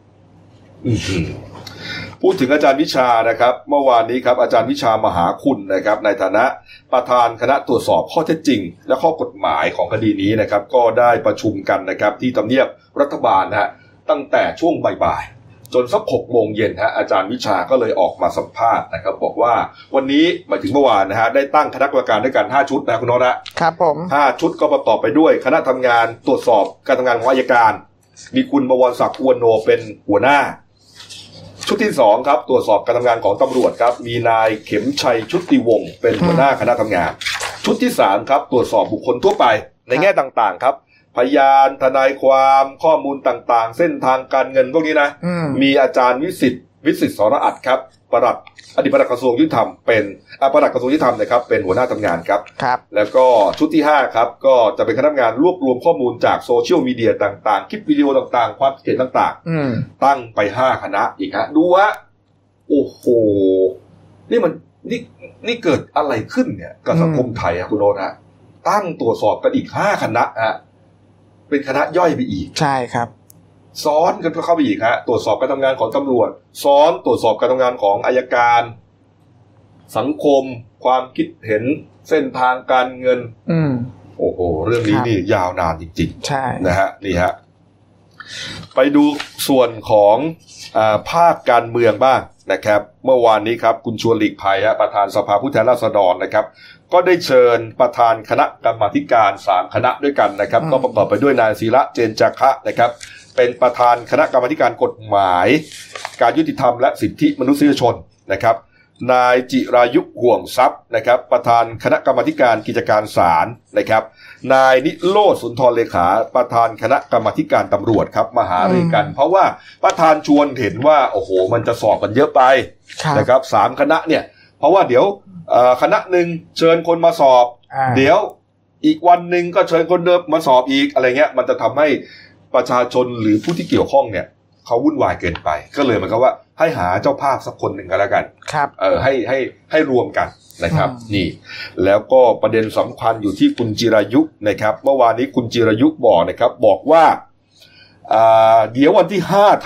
พูดถึงอาจารย์วิชานะครับเมื่อวานนี้ครับอาจารย์วิชามหาคุณนะครับในฐานะประธานคณะตรวจสอบข้อเท็จจริงและข้อกฎหมายของคดีนี้นะครับก็ได้ประชุมกันนะครับที่ทำเนียบรัฐบาลนะฮะตั้งแต่ช่วงบ่ายๆจนสัก 6 โมงเย็นฮะอาจารย์วิชาก็เลยออกมาสัมภาษณ์นะครับบอกว่าวันนี้หมายถึงเมื่อวานนะฮะได้ตั้งคณะกรรมการด้วยกัน5ชุดนะคุณโน้ต
ครับผม
5ชุดก็ประกอบไปด้วยคณะทำงานตรวจสอบการทำงานของอัยการมีคุณบวรศักดิ์อวนโนเป็นหัวหน้าชุดที่2ครับตรวจสอบการทำงานของตำรวจครับมีนายเข็มชัยชุติวงศ์เป็นหัวหน้าคณะทำงานชุดที่3ครับตรวจสอบบุคคลทั่วไปในแง่ต่างๆครับพยานทนายความข้อมูลต่างๆเส้นทางการเงินพวกนี้นะมีอาจารย์วิสิทธิ์สรอัตถ์ครับอดีตปลัดกระทรวงยุติธรรมเป็นปลัดกระทรวงยุติธรรมนะครับเป็นหัวหน้าทำงานครับแล้วก็ชุดที่5ครับก็จะเป็นคณะทำงานรวบรวมข้อมูลจากโซเชียลมีเดียต่างๆคลิปวิดีโอต่างๆความคิดเห็นต่างๆตั้งไป5คณะอีกฮะดูว่าโอ้โหนี่เกิดอะไรขึ้นเนี่ยกับสังคมไทยคุณโน้ตฮะตั้งตรวจสอบกันอีก5คณะฮะเป็นคณะย่อยไปอีก
ใช่ครับ
ซ้อนกันเข้าไปอีกฮะตรวจสอบการทำงานของตำรวจซ้อนตรวจสอบการทำงานของอัยการสังคมความคิดเห็นเส้นทางการเงินโอ้โหเรื่องนี้นี่ยาวนานจริง
ๆใช่
นะฮะนี่ฮะไปดูส่วนของภาคการเมืองบ้างนะครับเมื่อวานนี้ครับคุณชวนหลีกภัยประธานสภาผู้แทนราษฎรนะครับก็ได้เชิญประธานคณะกรรมาธิการ3คณะด้วยกันนะครับก็ประกอบไปด้วยนายศิระเจนจาคะนะครับเป็นประธานคณะกรรมาธิการกฎหมายการยุติธรรมและสิทธิมนุษยชนนะครับนายจิรายุห่วงทรัพย์นะครับประธานคณะกรรมาธิการกิจการศาลนะครับนายนิโรธสุนทรเลขาประธานคณะกรรมาธิการตำรวจครับมาหารือกันเพราะว่าประธานชวนเห็นว่าโอ้โหมันจะสอบกันเยอะไปนะครับ3คณะเนี่ยเพราะว่าเดี๋ยวคณะหนึ่งเชิญคนมาสอบเดี๋ยวอีกวันหนึ่งก็เชิญคนเดิมมาสอบอีกอะไรเงี้ยมันจะทำให้ประชาชนหรือผู้ที่เกี่ยวข้องเนี่ยเขาวุ่นวายเกินไปก็เลยมันก็ว่าให้หาเจ้าภาพสักคนหนึ่งก็แล้วกัน
ครับ
ให้รวมกันนะครับนี่แล้วก็ประเด็นสำคัญอยู่ที่คุณจิรายุนะครับเมื่อวานนี้คุณจิรายุบอกว่าเดี๋ยววันที่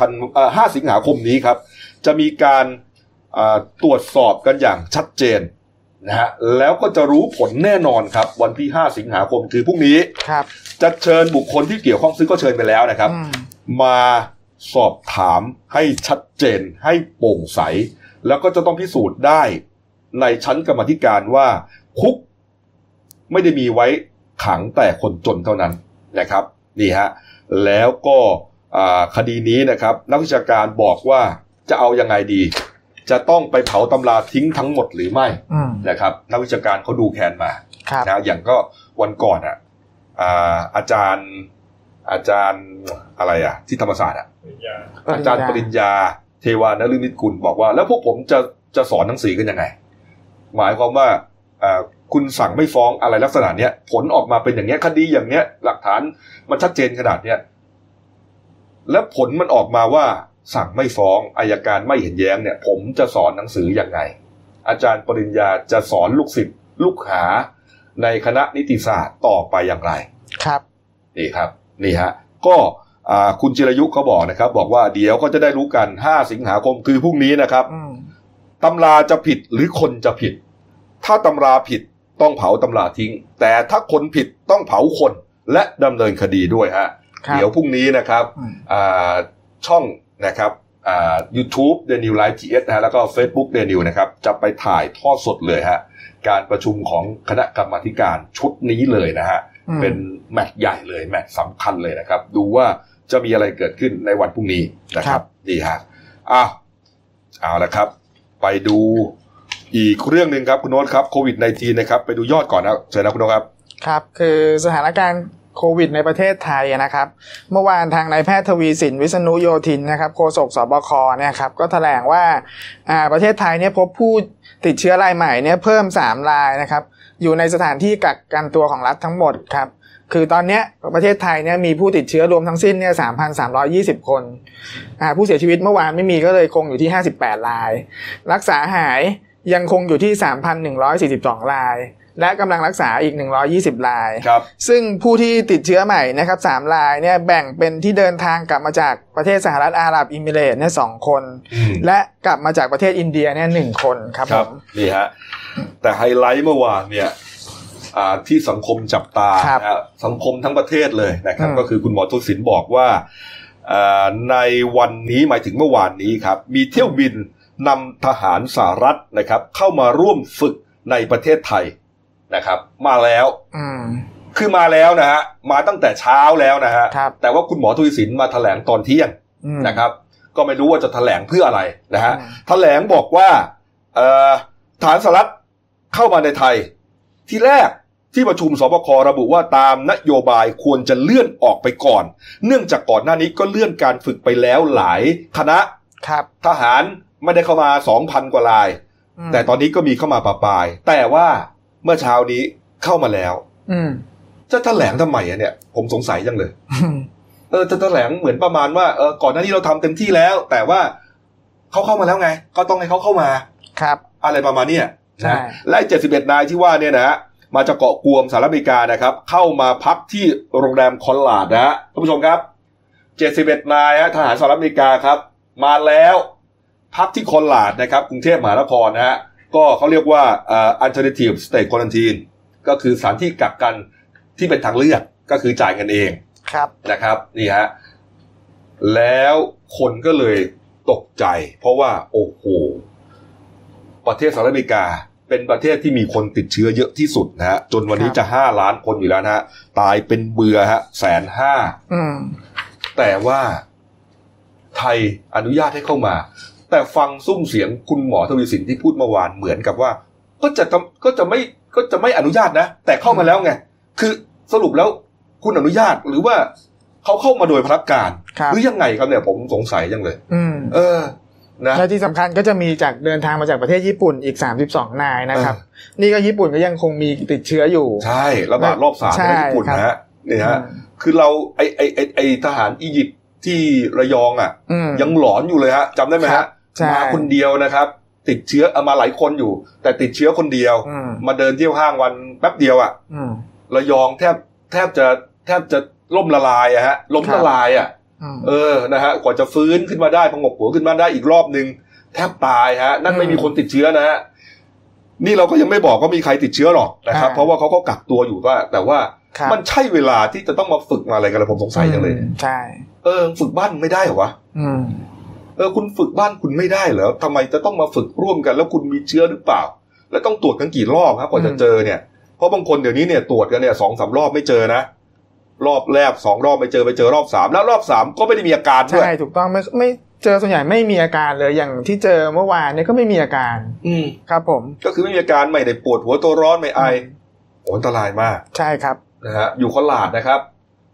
5 สิงหาคมนี้ครับจะมีการตรวจสอบกันอย่างชัดเจนนะฮะแล้วก็จะรู้ผลแน่นอนครับวันที่5 สิงหาคมคือพรุ่งนี้จะเชิญบุคคลที่เกี่ยวข้องซึ่งก็เชิญไปแล้วนะครับมาสอบถามให้ชัดเจนให้โปร่งใสแล้วก็จะต้องพิสูจน์ได้ในชั้นกรรมาธิการว่าคุกไม่ได้มีไว้ขังแต่คนจนเท่านั้นนะครับนี่ฮะแล้วก็คดีนี้นะครับนักวิชาการบอกว่าจะเอายังไงดีจะต้องไปเผาตำราทิ้งทั้งหมดหรือไม่นะครับนักวิชาการเขาดูแคนมานะอย่างก็วันก่อนอาจารย์อาจารย์อะไรที่ธรรมศาสตร์อาจารย์ปริญญาเทวานฤมิตกุลบอกว่าแล้วพวกผมจะสอนหนังสือกันยังไงหมายความว่าคุณสั่งไม่ฟ้องอะไรลักษณะเนี้ยผลออกมาเป็นอย่างเนี้ยคดีอย่างเนี้ยหลักฐานมันชัดเจนขนาดเนี้ยแล้วผลมันออกมาว่าสั่งไม่ฟ้องอัยการไม่เห็นแย้งเนี่ยผมจะสอนหนังสือยังไงอาจารย์ปริญญาจะสอนลูกศิษย์ลูกหาในคณะนิติศาสตร์ต่อไปอย่างไร
ครับ
นี่ครับนี่ฮะก็คุณจิรายุเขาบอกนะครับบอกว่าเดี๋ยวก็จะได้รู้กัน5สิงหาคมคือพรุ่งนี้นะครับตำราจะผิดหรือคนจะผิดถ้าตำราผิดต้องเผาตำราทิ้งแต่ถ้าคนผิดต้องเผาคนและดำเนินคดีด้วยฮะเดี๋ยวพรุ่งนี้นะครับช่องนะครับYouTube The New Live TS นะฮะแล้วก็ Facebook The New นะครับจะไปถ่ายทอดสดเลยฮะการประชุมของคณะกรรมาธิการชุดนี้เลยนะฮะเป็นแมตช์ใหญ่เลยแมตช์สำคัญเลยนะครับดูว่าจะมีอะไรเกิดขึ้นในวันพรุ่งนี้นะครับดีฮะเอาละครับไปดูอีกเรื่องนึงครับคุณโน้ตครับโควิด-19 นะครับไปดูยอดก่อนนะเชิญนะคุณโน้ตครับ
ครับคือสถานการณ์โควิดในประเทศไทยนะครับเมื่อวานทางนายแพทย์ทวีสินวิษณุโยธินนะครับโฆษกสบคเนี่ยครับก็แถลงว่าประเทศไทยเนี่ยพบผู้ติดเชื้อรายใหม่เนี่ยเพิ่ม3รายนะครับอยู่ในสถานที่กักกันตัวของรัฐทั้งหมดครับคือตอนนี้ประเทศไทยเนี่ยมีผู้ติดเชื้อรวมทั้งสิ้นเนี่ย 3,320 คนผู้เสียชีวิตเมื่อวานไม่มีก็เลยคงอยู่ที่58รายรักษาหายยังคงอยู่ที่ 3,142 รายและกำลังรักษาอีก120รายซึ่งผู้ที่ติดเชื้อใหม่นะครับ3รายเนี่ยแบ่งเป็นที่เดินทางกลับมาจากประเทศสหรัฐอาหรับเอมิเรตส์เนี่ย2คนและกลับมาจากประเทศอินเดียเนี่ย1คนครับผม
นี่ฮะแต่ไฮไลท์เมื่อวานเนี่ยที่สังคมจับตาสังคมทั้งประเทศเลยนะครับก็คือคุณหมอทวีสินบอกว่าในวันนี้หมายถึงเมื่อวานนี้ครับมีเที่ยวบินนำทหารสหรัฐนะครับเข้ามาร่วมฝึกในประเทศไทยนะครับมาแล้วคือมาแล้วนะฮะมาตั้งแต่เช้าแล้วนะฮะแต่ว่าคุณหมอทวีสินมาแถลงตอนเที่ยงนะครับก็ไม่รู้ว่าจะแถลงเพื่ออะไรนะฮะแถลงบอกว่าทหารสหรัฐเข้ามาในไทยที่แรกที่ประชุมสบคระบุว่าตามนโยบายควรจะเลื่อนออกไปก่อนเนื่องจากก่อนหน้านี้ก็เลื่อนการฝึกไปแล้วหลายคณะทหารไม่ได้เข้ามา 2,000 กว่ารายแต่ตอนนี้ก็มีเข้ามาปะปายแต่ว่าเมื่อเช้านี้เข้ามาแล้วจะแถลงทำไมเนี่ยผมสงสัยจังเลยจะแถลงเหมือนประมาณว่าก่อนหน้านี้เราทำเต็มที่แล้วแต่ว่าเขาเข้ามาแล้วไงก็ต้องให้เขาเข้ามา
ครับ
อะไรประมาณนี้นะและ71นายที่ว่าเนี่ยนะฮะมาจากเกาะกวมสหรัฐอเมริกานะครับเข้ามาพักที่โรงแรมคอนลาดนะฮะท่านผู้ชมครับ71นายทหารสหรัฐอเมริกาครับมาแล้วพักที่คอนลาดนะครับกรุงเทพมหานครนะฮะก็เขาเรียกว่าalternative state quarantine ก็คือสถานที่กักกันที่เป็นทางเลือกก็คือจ่ายเงินเองนะครับนี่ฮะแล้วคนก็เลยตกใจเพราะว่าโอ้โหประเทศสหรัฐอเมริกาเป็นประเทศที่มีคนติดเชื้อเยอะที่สุดนะฮะจนวันนี้จะ5ล้านคนอยู่แล้วนะฮะตายเป็นเบื่อฮะ 150,000 แต่ว่าไทยอนุญาตให้เข้ามาแต่ฟังซุ้มเสียงคุณหมอทวีสินที่พูดเมื่อวานเหมือนกับว่าก็จะไม่อนุญาตนะแต่เข้ามาแล้วไงคือสรุปแล้วคุณอนุญาตหรือว่าเขาเข้ามาโดยพนักงานหรือยังไงครับเนี่ยผมสงสัยจังเลย
นะและที่สำคัญก็จะมีจากเดินทางมาจากประเทศญี่ปุ่นอีก32นายนะครับนี่ก็ญี่ปุ่นก็ยังคงมีติดเชื้ออยู่
ใช่ระบาดรอบ3ในญี่ปุ่นนะฮะนี่ฮะคือเราไอทหารอียิปต์ที่ระยองยังหลอนอยู่เลยฮะจำได้ไหมฮะมาคนเดียวนะครับติดเชื้อมาหลายคนอยู่แต่ติดเชื้อคนเดียวมาเดินเที่ยวห้างวันแป๊บเดียวระยองแทบจะล่มละลายฮะล้มละลายนะฮะกว่าจะฟื้นขึ้นมาได้พงกหัวขึ้นมาได้อีกรอบนึงแทบตายฮะนั่นไม่มีคนติดเชื้อนะฮะนี่เราก็ยังไม่บอกว่ามีใครติดเชื้อหรอกนะครับเพราะว่าเขาก็กักตัวอยู่ว่าแต่ว่ามันใช่เวลาที่จะต้องมาฝึกมาอะไรกันเลยผมสงสัยจังเลย
ใช่
ฝึกบ้านไม่ได้เหรอวะคุณฝึกบ้านคุณไม่ได้เหรอทำไมจะต้องมาฝึกร่วมกันแล้วคุณมีเชื้อหรือเปล่าแล้วต้องตรวจกันกี่รอบครับกว่าจะเจอเนี่ยเพราะบางคนเดี๋ยวนี้เนี่ยตรวจกันเนี่ย 2-3 รอบไม่เจอนะรอบแรก2รอบไม่เจอรอบ3แล้วรอบ3ก็ไม่ได้มีอาการด้วย
ใช่ถูกต้องไม่เจอส่วนใหญ่ไม่มีอาการเลยอย่างที่เจอเมื่อวานเนี่ยก็ไม่มีอาการครับผม
ก็คือไม่มีอาการไม่ได้ปวดหัวตัวร้อนไม่ไออันตรายมาก
ใช่ครับ
นะฮะอยู่คอนลาดนะครับ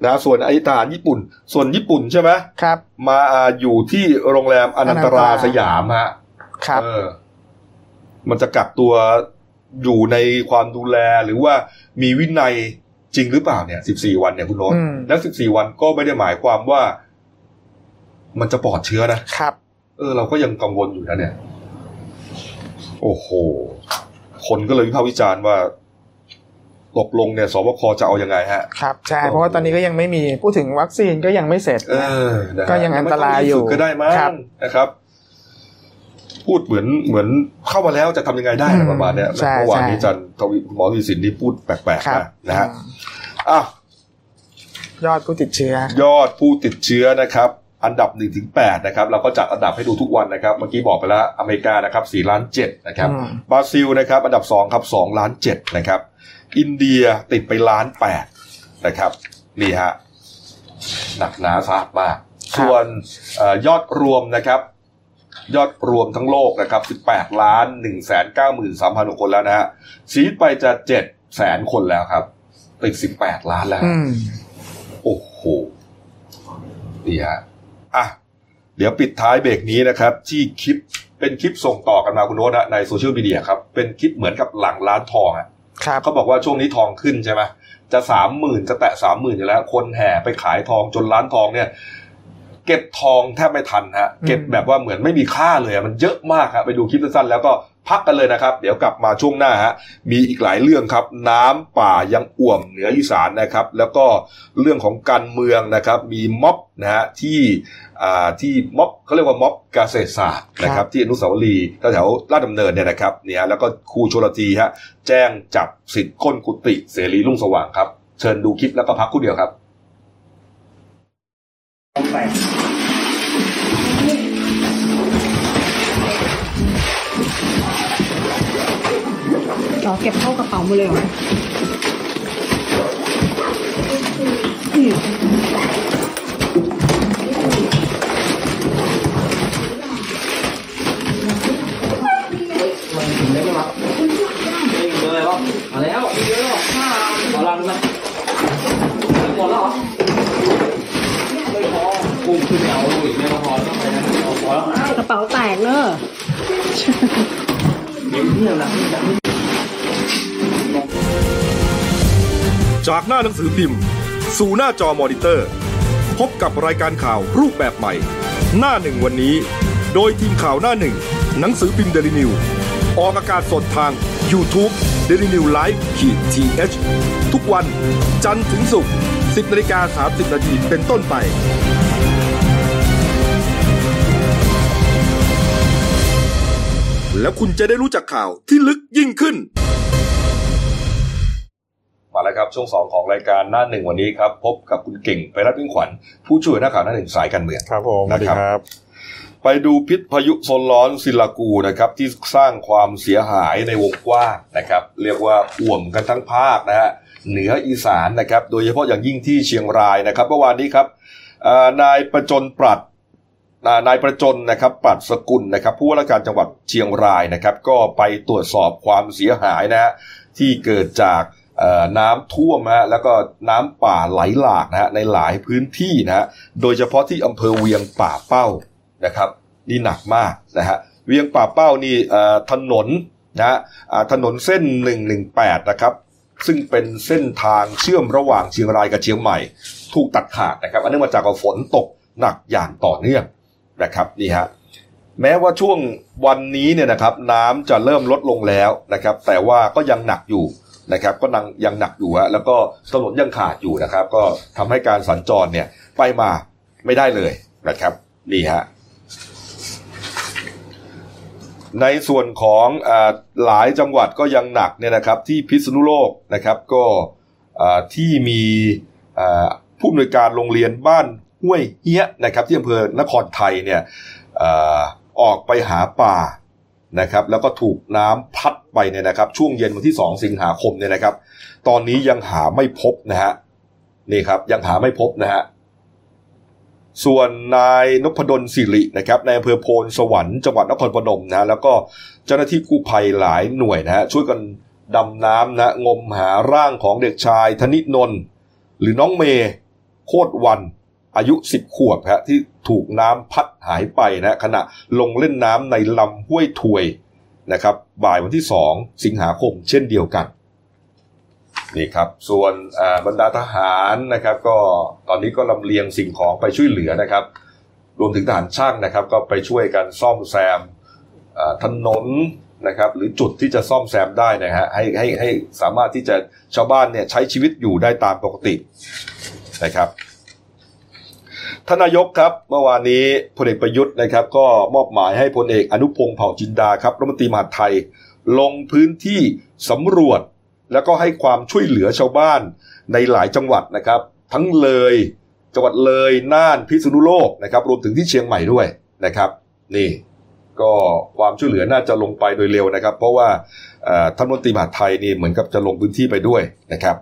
นะส่วนไอ้ทหารญี่ปุ่นส่วนญี่ปุ่นใช่ไหม
ครับ
มาอยู่ที่โรงแรมอนันตราสยามฮะ
ครับ
มันจะกักตัวอยู่ในความดูแลหรือว่ามีวินัยจริงหรือเปล่าเนี่ย14วันเนี่ยคุณโน้ตแล้ว14วันก็ไม่ได้หมายความว่ามันจะปลอดเชื้อนะครับเราก็ยังกังวลอยู่นะเนี่ยโอ้โหคนก็เลยวิพากษ์วิจารณ์ว่าตกลงเนี่ยสบคจะเอายังไงฮะ
ครับใช่เพราะว่าตอนนี้ก็ยังไม่มีพูดถึงวัคซีนก็ยังไม่เสร็จก็ยังอันตรายอยู่
ก็ได้มั้งนะครับพูดเหมือนเข้ามาแล้วจะทำยังไงได้ประมาณเนี้ยเมื่อวานนี้อาจารย์หมอทวีสินนี่พูดแปลกๆนะฮะ
ยอดผู้ติดเชื้
อนะครับอันดับ 1-8 นะครับเราก็จัดอันดับให้ดูทุกวันนะครับเมื่อกี้บอกไปแล้วอเมริกานะครับ4.7 ล้านนะครับบราซิลนะครับอันดับ2ครับ2.7 ล้านนะครับอินเดียติดไป1.8 ล้านนะครับนี่ฮะหนักหนาสาหัสมากส่วนยอดรวมนะครับยอดรวมทั้งโลกนะครับ 18,193,000 คนแล้วนะฮะชีวิตไปจะ 700,000 คนแล้วครับติด18 ล้านแล้วโอ้โหนี่ฮะเดี๋ยวปิดท้ายเบรกนี้นะครับที่คลิปเป็นคลิปส่งต่อกันมาคุณโน้ตนะในโซเชียลมีเดียครับเป็นคลิปเหมือนกับหลังร้านทองเขาบอกว่าช่วงนี้ทองขึ้นใช่ไหมจะ 30,000 จะแตะ 30,000 อยู่แล้วคนแห่ไปขายทองจนร้านทองเนี่ยเก็บทองแทบไม่ทันฮะเก็บแบบว่าเหมือนไม่มีค่าเลยมันเยอะมากครับไปดูคลิปสั้นๆแล้วก็พักกันเลยนะครับเดี๋ยวกลับมาช่วงหน้าฮะมีอีกหลายเรื่องครับน้ำป่ายังอ่วมเหนืออีสานนะครับแล้วก็เรื่องของการเมืองนะครับมีม็อบนะฮะที่ม็อบเขาเรียกว่าม็อบเกษตรศาสตร์นะครับที่อนุสาวรีย์แถวลาดดำเนินเนี่ยนะครับเนี่ยแล้วก็ครูชลธีฮะแจ้งจับศิษย์ก้นกุฏิเสรีรุ่งสว่างครับเชิญดูคลิปแล้วก็พักครู่เดียวครับ
เก็บเข้ากระเป๋าหมดเลยเหรอมันถึงได้ไหมวะเยอะเลยวะมาแล้วเยอะหรอขอรังนะหมดแล้วเหรอไม่พอพุ่งขึ้นเอาอีกไม่พอต้องไปนะพอแล้วกระเป๋าแตกเนอะเดี๋ยวนะ
จากหน้าหนังสือพิมพ์สู่หน้าจอมอนิเตอร์พบกับรายการข่าวรูปแบบใหม่หน้าหนึ่งวันนี้โดยทีมข่าวหน้าหนึ่งหนังสือพิมพ์ Daily News ออกอากาศสดทาง YouTube Daily News Live-TH ทุกวันจันทร์ถึงศุกร์ 10:30 น.เป็นต้นไปแล้วคุณจะได้รู้จักข่าวที่ลึกยิ่งขึ้นมาแล้วครับช่วง2ของรายการหน้าหนึ่งวันนี้ครับพบกับคุณเก่งไพรัตน์มิ่งขวัญผู้ช่วยนักข่าวหน้าหนึ่งสายการเมือง
ครับผมนะครับ
ไปดูพิษพายุโซนร้อนซิลากูนะครับที่สร้างความเสียหายในวงกว้างนะครับเรียกว่าอ่วมกันทั้งภาคนะฮะเหนืออีสานนะครับโดยเฉพาะอย่างยิ่งที่เชียงรายนะครับเมื่อวานนี้ครับนายประจนนะครับปรัชสกุลนะครับผู้ว่าราชการจังหวัดเชียงรายนะครับก็ไปตรวจสอบความเสียหายนะฮะที่เกิดจากน้ำท่วมแล้วก็น้ำป่าไหลหลากนะฮะในหลายพื้นที่นะฮะโดยเฉพาะที่อำเภอเวียงป่าเป้านะครับนี่หนักมากนะฮะเวียงป่าเป้านี่ถนนนะถนนเส้น118นะครับซึ่งเป็นเส้นทางเชื่อมระหว่างเชียงรายกับเชียงใหม่ถูกตัดขาดนะครับอันเนื่องมาจากฝนตกหนักอย่างต่อเนื่องนะครับนี่ฮะแม้ว่าช่วงวันนี้เนี่ยนะครับน้ำจะเริ่มลดลงแล้วนะครับแต่ว่าก็ยังหนักอยู่นะครับก็ยังหนักอยู่แล้วก็ถนนยังขาดอยู่นะครับก็ทำให้การสัญจรเนี่ยไปมาไม่ได้เลยนะครับนี่ฮะในส่วนของหลายจังหวัดก็ยังหนักเนี่ยนะครับที่พิษณุโลกนะครับก็ที่มีผู้อำนวยการโรงเรียนบ้านห้วยเฮี้ยนะครับที่อำเภอนครไทยเนี่ยออกไปหาปลานะครับแล้วก็ถูกน้ำพัดไปเนี่ยนะครับช่วงเย็นวันที่2 สิงหาคมเนี่ยนะครับตอนนี้ยังหาไม่พบนะฮะนี่ครับยังหาไม่พบนะฮะส่วนนายนพดลสิรินะครับในอำเภอโพนสวรรค์จังหวัดนครพนมนะแล้วก็เจ้าหน้าที่กู้ภัยหลายหน่วยนะฮะช่วยกันดำน้ำนะงมหาร่างของเด็กชายธนินนท์หรือน้องเมย์โคตรวันอายุ10 ขวบฮะที่ถูกน้ำพัดหายไปนะขณะลงเล่นน้ำในลำห้วยถวยนะครับบ่ายวันที่2 สิงหาคมเช่นเดียวกันนี่ครับส่วนบรรดาทหารนะครับก็ตอนนี้ก็ลำเลียงสิ่งของไปช่วยเหลือนะครับรวมถึงทหารช่างนะครับก็ไปช่วยกันซ่อมแซมถนนนะครับหรือจุดที่จะซ่อมแซมได้นะฮะให้สามารถที่จะชาวบ้านเนี่ยใช้ชีวิตอยู่ได้ตามปกตินะครับท่านนายกครับเมื่อวานนี้พลเอกประยุทธ์นะครับก็มอบหมายให้พลเอกอนุพงษ์เผ่าจินดาครับรัฐมนตรีมหาดไทยลงพื้นที่สำรวจแล้วก็ให้ความช่วยเหลือชาวบ้านในหลายจังหวัดนะครับทั้งเลยจังหวัดเลยน่านพิษณุโลกนะครับรวมถึงที่เชียงใหม่ด้วยนะครับนี่ก็ความช่วยเหลือน่าจะลงไปโดยเร็วนะครับเพราะว่าท่านรัฐมนตรีมหาดไทยนี่เหมือนกับจะลงพื้นที่ไปด้วยนะครับ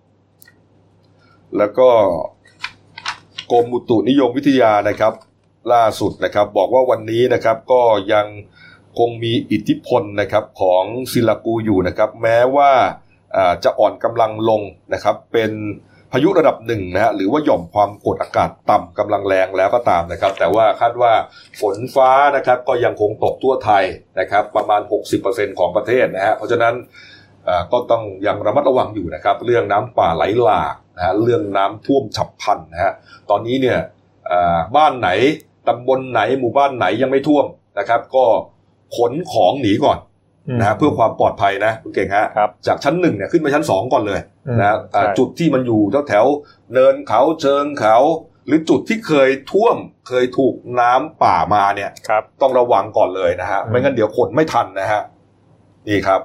แล้วก็กรมอุตุนิยมวิทยานะครับล่าสุดนะครับบอกว่าวันนี้นะครับก็ยังคงมีอิทธิพลนะครับของซิลากูอยู่นะครับแม้ว่าจะอ่อนกำลังลงนะครับเป็นพายุระดับ1นะฮะหรือว่าหย่อมความกดอากาศต่ำกำลังแรงแล้วก็ตามนะครับแต่ว่าคาดว่าฝนฟ้านะครับก็ยังคงตกทั่วไทยนะครับประมาณ 60% ของประเทศนะฮะเพราะฉะนั้นก็ต้องยังระมัดระวังอยู่นะครับเรื่องน้ำป่าไหลหลากนะฮะเรื่องน้ำท่วมฉับพลันนะฮะตอนนี้เนี่ยบ้านไหนตำบลไหนหมู่บ้านไหนยังไม่ท่วมนะครับก็ขนของหนีก่อนนะเพื่อความปลอดภัยนะคุณเก่งฮะจากชั้น1เนี่ยขึ้นไปชั้น2ก่อนเลยนะจุดที่มันอยู่แถวเนินเขาเชิงเขาหรือจุดที่เคยท่วมเคยถูกน้ำป่ามาเนี่ยต้องระวังก่อนเลยนะฮะไม่งั้นเดี๋ยวขนไม่ทันนะฮะนี่ครับ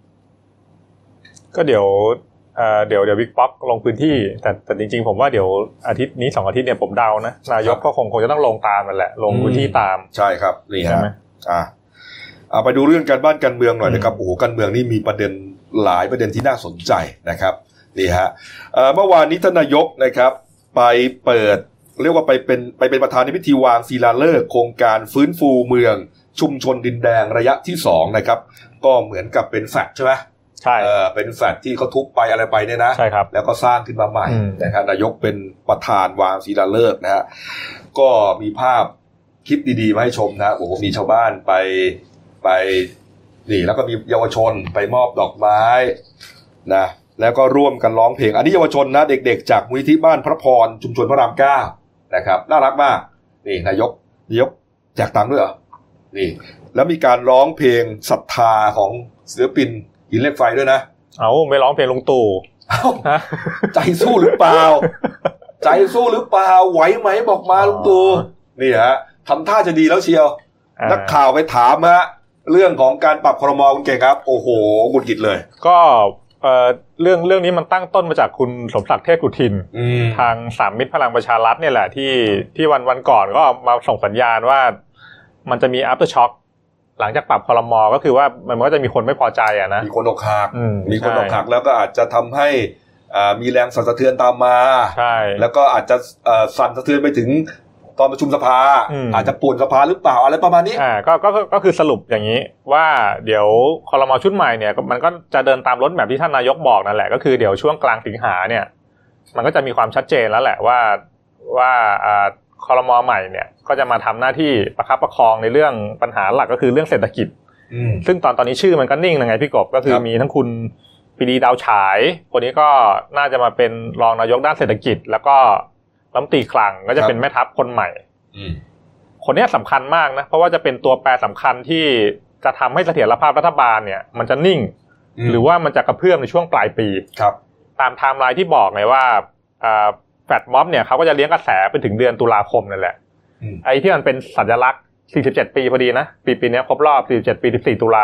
ก็เดี๋ยวบิ๊กป๊อกลงพื้นที่แต่จริงๆผมว่าเดี๋ยวอาทิตย์นี้2 อาทิตย์เนี่ยผมเดานะนายกก็คงจะต้องลงตามมันแหละลงพื้นที่ตาม
ใช่ครับนี่ฮะไปดูเรื่องการบ้านการเมืองหน่อยนะครับโอ้โหการเมืองนี่มีประเด็นหลายประเด็นที่น่าสนใจนะครับนี่ฮะเมื่อวานนี้ท่านนายกนะครับไปเปิดเรียกว่าไปเป็นประธานในพิธีวางศิลาฤกษ์โครงการฟื้นฟูเมืองชุมชนดินแดงระยะที่2นะครับก็เหมือนกับเป็นแฟลตใช่ไหม
ใช่
เป็นแฟลตที่เขาทุบไปอะไรไปเนี่ยนะ
ใช่ครับ
แล้วก็สร้างขึ้นมาใหม่นะครับนายกเป็นประธานวางศิลาฤกษ์นะฮะก็มีภาพคลิปดีๆมาให้ชมนะโอ้โหมีชาวบ้านไปนี่แล้วก็มีเยาวชนไปมอบดอกไม้นะแล้วก็ร่วมกันร้องเพลงอันนี้เยาวชนนะเด็กๆจากมูลนิธิบ้านพระพรชุมชนพระราม9นะครับน่ารักมากนี่นายกแจกตังค์ด้วยเหรอนี่แล้วมีการร้องเพลงศรัทธาของศิลปินหินเหล็กไฟด้วยนะ
ไม่ร้องเพลงลุงตู่
ใจสู้หรือเปล่าใจสู้หรือเปล่าไหวไหมบอกมาลุงตู่นี่ฮะทำท่าจะดีแล้วเชียวนักข่าวไปถามฮะเรื่องของการปรับครม.คุณเก่งครับโอ้โหหงุดหงิดเลย
ก็เรื่องนี้มันตั้งต้นมาจากคุณสมศักดิ์เทพกุทินทางสามมิตรพลังประชารัฐเนี่ยแหละที่วันก่อนก็มาส่งสัญญาณว่ามันจะมี after shock หลังจากปรับครม.ก็คือว่ามันก็จะมีคนไม่พอใจอ่ะนะ
มีคนอกหักแล้วก็อาจจะทำให้มีแรงสั่นสะเทือนตามมา
ใช่
แล้วก็อาจจะสั่นสะเทือนไปถึงตอนประชุมสภาอาจจะป่วนสภาหรือเปล่าอะไรประมาณนี้
ก็คือสรุปอย่างนี้ว่าเดี๋ยวครม.ชุดใหม่เนี่ยมันก็จะเดินตามรถแมพที่ท่านนายกบอกนั่นแหละก็คือเดี๋ยวช่วงกลางสิงหาเนี่ยมันก็จะมีความชัดเจนแล้วแหละว่าครม.ใหม่เนี่ยก็จะมาทำหน้าที่ประคับประคองในเรื่องปัญหาหลักก็คือเรื่องเศรษฐกิจซึ่งตอนนี้ชื่อมันก็นิ่งยังไงพี่กบก็คือมีทั้งคุณปรีดีดาวฉายคนนี้ก็น่าจะมาเป็นรองนายกด้านเศรษฐกิจแล้วก็รัฐมนตรีคลังก็จะเป็นแม่ทัพคนใหม่คนนี้สำคัญมากนะเพราะว่าจะเป็นตัวแปรสำคัญที่จะทำให้เสถียรภาพรัฐบาลเนี่ยมันจะนิ่งหรือว่ามันจะกระเพื่อมในช่วงปลายปีตามไทม์ไลน์ที่บอกไงว่าแฟลตม็อบเนี่ยเขาก็จะเลี้ยงกระแสไปถึงเดือนตุลาคมนั่นแหละไอ้ที่มันเป็นสัญลักษณ์47ปีพอดีนะปีนี้ครบรอบ47ปี14ตุลา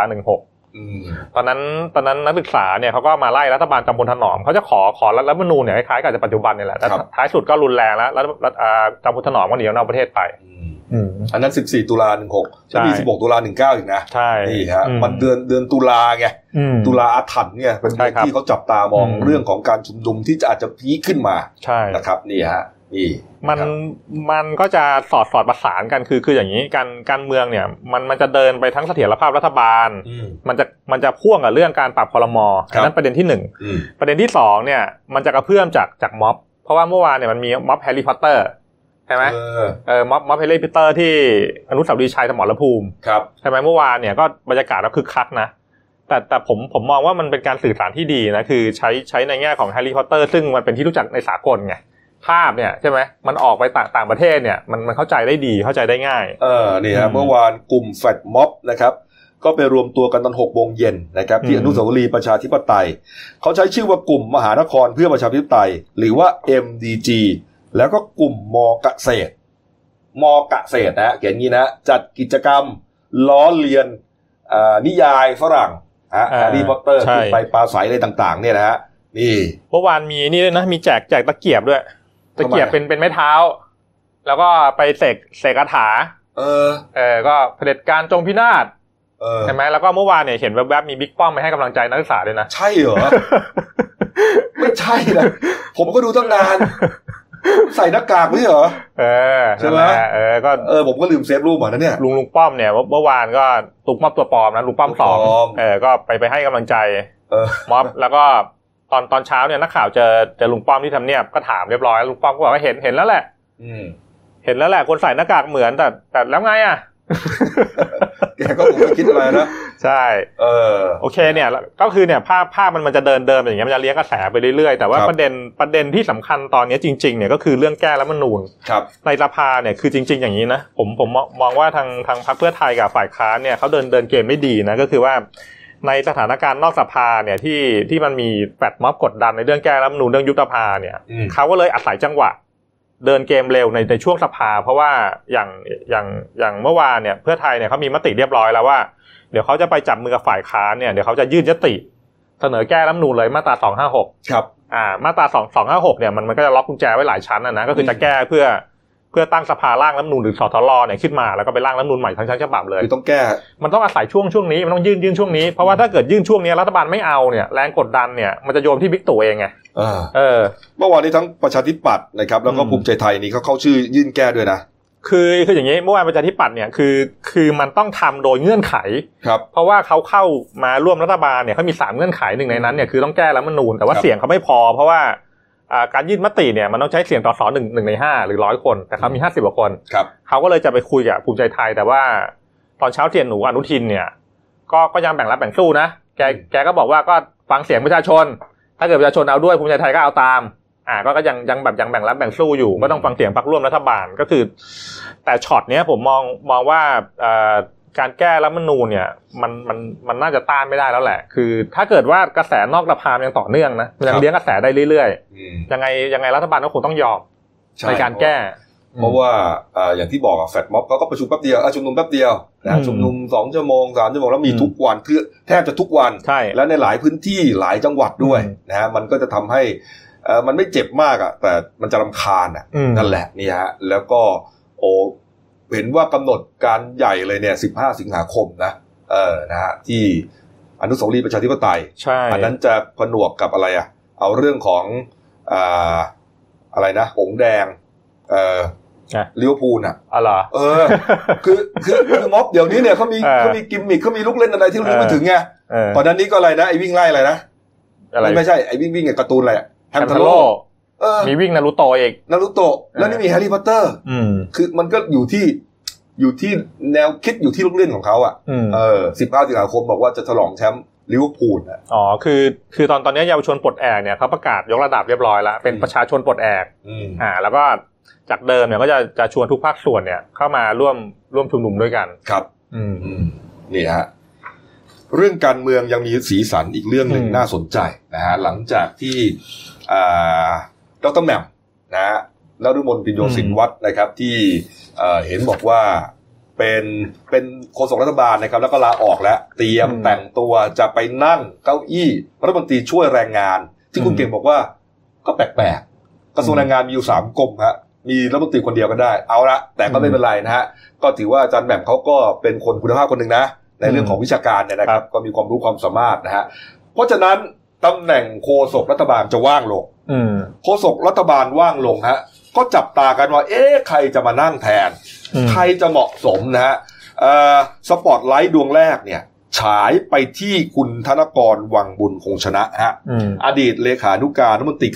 16ตอนนั้นนักศึกษาเนี่ยเขาก็มาไล่รัฐบาลจอมพลถนอมเขาจะขอรัฐธรรมนูญเนี่ยคล้ายๆกับปัจจุบันนี่แหละแต่ท้ายสุดก็รุนแรงแล้วจอมพลถนอมก็หนีออกนอกประเทศไป
อันนั้น14ตุลา16จะมี16ตุลา19อีกนะ
ใช่
นี่ฮะมันเดือนตุลาไงตุลาอาถรรพ์เนี่ยเป็นเดือนที่เขาจับตามองเรื่องของการชุมนุมที่อาจจะพีคขึ้นมานะครับนี่ฮะนี่
มันก็จะสอดประสานกันคืออย่างนี้การเมืองเนี่ยมันจะเดินไปทั้งเสถียรภาพรัฐบาลมันจะพ่วงกับเรื่องการปรับครม.อันนั้นประเด็นที่1ประเด็นที่2เนี่ยมันจะกระเพื่อมจากม็อบเพราะว่าเมื่อวานเนี่ยมันมีม็อบแฮร์รี่พอตเตอร์ใช่ไหมม็อบแฮร์รี่พอตเตอร์ที่อนุสาวรีย์ชัยสมรภูมิ
ครับ
ใช่ไหมเมื่อวานเนี่ยก็บรรยากาศก็คึกคักนะแต่ผมมองว่ามันเป็นการสื่อสารที่ดีนะคือใช้ในแง่ของแฮร์รี่พอตเตอร์ซึ่งมันเป็นที่รู้จักในสากลไงภาพเนี่ยใช่ไหมมันออกไปต่างประเทศเนี่ยมันเข้าใจได้ดีเข้าใจได้ง่าย
นี่ฮะเมื่อวานกลุ่มแฟลตม็อบนะครับก็ไปรวมตัวกันตอน 18:00 นนะครับที่อนุสาวรีย์ประชาธิปไตยเขาใช้ชื่อว่ากลุ่มมหานครเพื่อประชาธิปไตยหรือว่า MDG แล้วก็กลุ่มม.เกษตรนะเขียนงี้นะจัดกิจกรรมล้อเลียนนิยายฝรั่งแฮร์รี่พอตเตอร์ขึ้นไปปราศัยอะไรต่างๆเนี่ยนะฮะนี่
เมื่อวานมีนี่ด้วยนะมีแจกตะเกียบด้วยตะเกียบเป็นไม้เท้าแล้วก็ไปเสกคาถาก็เผด็จการจงพินาศใช่ไหมแล้วก็เมื่อวานเนี่ยเห็นแวบๆมีบิ๊กป้อมไปให้กำลังใจนักศึกษาด้วยนะ
ใช่เหรอ ไม่ใช่นะผมก็ดูตั้งนานใส่หน้ากากไม่เหรอใช่ไหม
ก็
ผมก็ลืมเซฟรูปหมดนะเนี่ย
ลุงป้อมเนี่ยเมื่อวานก็ตุกม็อบตัวปลอมนะลุงป้อม2ก็ไปให้กำลังใจม็อบแล้วก็ตอนเช้าเนี่ยนักข่าวเจอลุงป้อมที่ทำเนียบก็ถามเรียบร้อยลุงป้อมก็บอกว่าเห็นแล้วแหละเห็นแล้วแหละคนใส่หน้ากากเหมือนแต่แล้วไงอ่ะ
แกก็คงไม่คิดอะไรนะ
ใช่โอเคเนี่ยก็คือเนี่ยภาพมันจะเดินอย่างเงี้ยมันจะเลี้ยงกระแสไปเรื่อยๆแต่ว่าประเด็นที่สำคัญตอนนี้จริงๆเนี่ยก็คือเรื่องแก้รัฐธรรมนูญในสภาเนี่ยคือจริงๆอย่างนี้นะผมมองว่าทางพรรคเพื่อไทยกับฝ่ายค้านเนี่ยเขาเดินเกมไม่ดีนะก็คือว่าในสถานการณ์นอกสภาเนี่ยที่มันมีแฟลตม็อบกดดันในเรื่องแก้รัฐธรรมนูญเรื่องยุบสภาเนี่ยเขาก็เลยอาศัยจังหวะเดินเกมเร็วในช่วงสภาเพราะว่าอย่างเมื่อวานเนี่ยเพื่อไทยเนี่ยเขามีมติเรียบร้อยแล้วว่าเดี๋ยวเขาจะไปจับมือกับฝ่ายค้านเนี่ยเดี๋ยวเขาจะยื่นยติเสนอแก้รัฐธรรมนูญเลยมาตรา256
ครับ
มาตรา256เนี่ยมันก็จะล็อกกุญแจไว้หลายชั้นนะก็คือจะแก้เพื่อตั้งสภาร่างรัฐธรรมนูญหรือสทรเนี่ยขึ้นมาแล้วก็ไปร่างรัฐธรรมนูญใหม่ทั้งฉบับเลย
คือต้องแก้
มันต้องอาศัยช่วงนี้มันต้องยื่นช่วงนี้เพราะว่าถ้าเกิดยื่นช่วงนี้รัฐบาลไม่เอาเนี่ยแรงกดดันเนี่ยมันจะโยนที่บิ๊กตู่เองไง
เมื่อวานนี้ทั้งประชาธิปัตย์นะครับแล้วก็ภูมิใจไทยนี่เขาเข้าชื่อยื่นแก้ด้วยนะ
คืออย่างนี้เมื่อวานประชาธิปัตย์เนี่ยคือมันต้องทำโดยเงื่อนไข
ครับ
เพราะว่าเขาเข้ามาร่วมรัฐบาลเนี่ยเขามี3เงื่อนไขหนึ่งในนั้นเนี่ยคือต้องแก้รัฐธรรมนูญแต่ว่าเสียงเขาไม่พอเพราะว่าการยื่นมติเนี่ยมันต้องใช้เสียงส.ส. 1 ใน 5หรือ100คนแต่เขามี50กว่าคนเขาก็เลยจะไปคุยกับภูมิใจไทยแต่ว่าตอนเช้าเทียนหนูอนุทินเนี่ยก็ยังแบ่งรับแบ่งสู้นะแกก็บอกว่าก็ฟังเสียงประชาชนถ้าเกิดประชาชนเอาด้วยภูมิใจไทยก็เอาตามก็ยังแบ่งรับแบ่งสู้อยู่ก็ต้องฟังเสียงพรรคร่วมรัฐบาลก็คือแต่ช็อตเนี้ยผมมองว่าการแก้รัฐธรรมนูญเนี่ยมันน่าจะต้านไม่ได้แล้วแหละคือถ้าเกิดว่ากระแสนอกสภายังต่อเนื่องนะมันยังเลี้ยงกระแสได้เรื่อยๆยังไงรัฐบาลก็คงต้องยอมในการแก้
เพราะว่าอย่างที่บอกแฟลตม็อบเขาก็ประชุมแป๊บเดียวชุมนุมแป๊บเดียวนะชุมนุม2ชั่วโมง3ชั่วโมงแล้วมีทุกวันแทบจะทุกวันแล้วในหลายพื้นที่หลายจังหวัดด้วยนะฮะมันก็จะทำให้มันไม่เจ็บมากแต่มันจะรำคาญนั่นแหละนี่ฮะแล้วก็เห็นว่ากำหนดการใหญ่เลยเนี่ย15 สิงหาคมนะนะฮะที่อนุสาวรีย์ประชาธิปไตยอันนั้นจะผนวกกับอะไรเอาเรื่องของอะไรนะหงแดงลิเวอร์พูล
เหรอ
คือม็อบเดี๋ยวนี้เนี่ยเขามีกิมมิคเขามีลูกเล่นอะไรที่เราไม่ถึงไงตอนนั้นนี้ก็อะไรนะไอ้วิ่งไล่อะไรนะไม่ใช่ไอ้วิ่งไอ้การ์ตูนอะไรแฮมทาโร่
มีวิ่งนารูโตะอีก
นารูโตะแล้วนี่มีแฮร์รี่พอตเตอร์คือมันก็อยู่ที่แนวคิดอยู่ที่ลูกเล่นของเขา15 สิงหาคมบอกว่าจะฉลองแชมป์ลิเวอร์พูล
คือตอนนี้เยาวชนปลดแอกเนี่ยเขาประกาศยกระดับเรียบร้อยแล้วเป็นประชาชนปลดแอกแล้วก็จากเดิมเนี่ยก็จะชวนทุกภาคส่วนเนี่ยเข้ามาร่วมชุมนุมด้วยกัน
ครับนี่ฮะเรื่องการเมืองยังมีสีสันอีกเรื่องนึงน่าสนใจนะฮะหลังจากที่ดร.แหม่มนะฮะนฤมล ปิญโยสินวัฒน์นะครับที่เห็นบอกว่าเป็นโฆษกรัฐบาลนะครับแล้วก็ลาออกแล้วเตรียมแต่งตัวจะไปนั่งเก้าอี้รัฐมนตรีช่วยแรงงานที่คุณเก่งบอกว่าก็แปลกๆกระทรวงแรงงานมีอยู่3กรมฮะมีรัฐมนตรีคนเดียวก็ได้เอาละแต่ก็ไม่เป็นไรนะฮะก็ถือว่าอาจารย์แหม่มเขาก็เป็นคนคุณภาพคนนึงนะในเรื่องของวิชาการเนี่ยนะครับก็มีความรู้ความสามารถนะฮะเพราะฉะนั้นตำแหน่งโฆษกรัฐบาลจะว่างลงโฆษกรัฐบาลว่างลงฮะก็จับตากันว่าใครจะมานั่งแทนใครจะเหมาะสมนะฮะสปอตไลท์ดวงแรกเนี่ยฉายไปที่คุณธนกรวังบุญคงชนะฮะอดีตเลขานุการรัฐมนตรีคลัง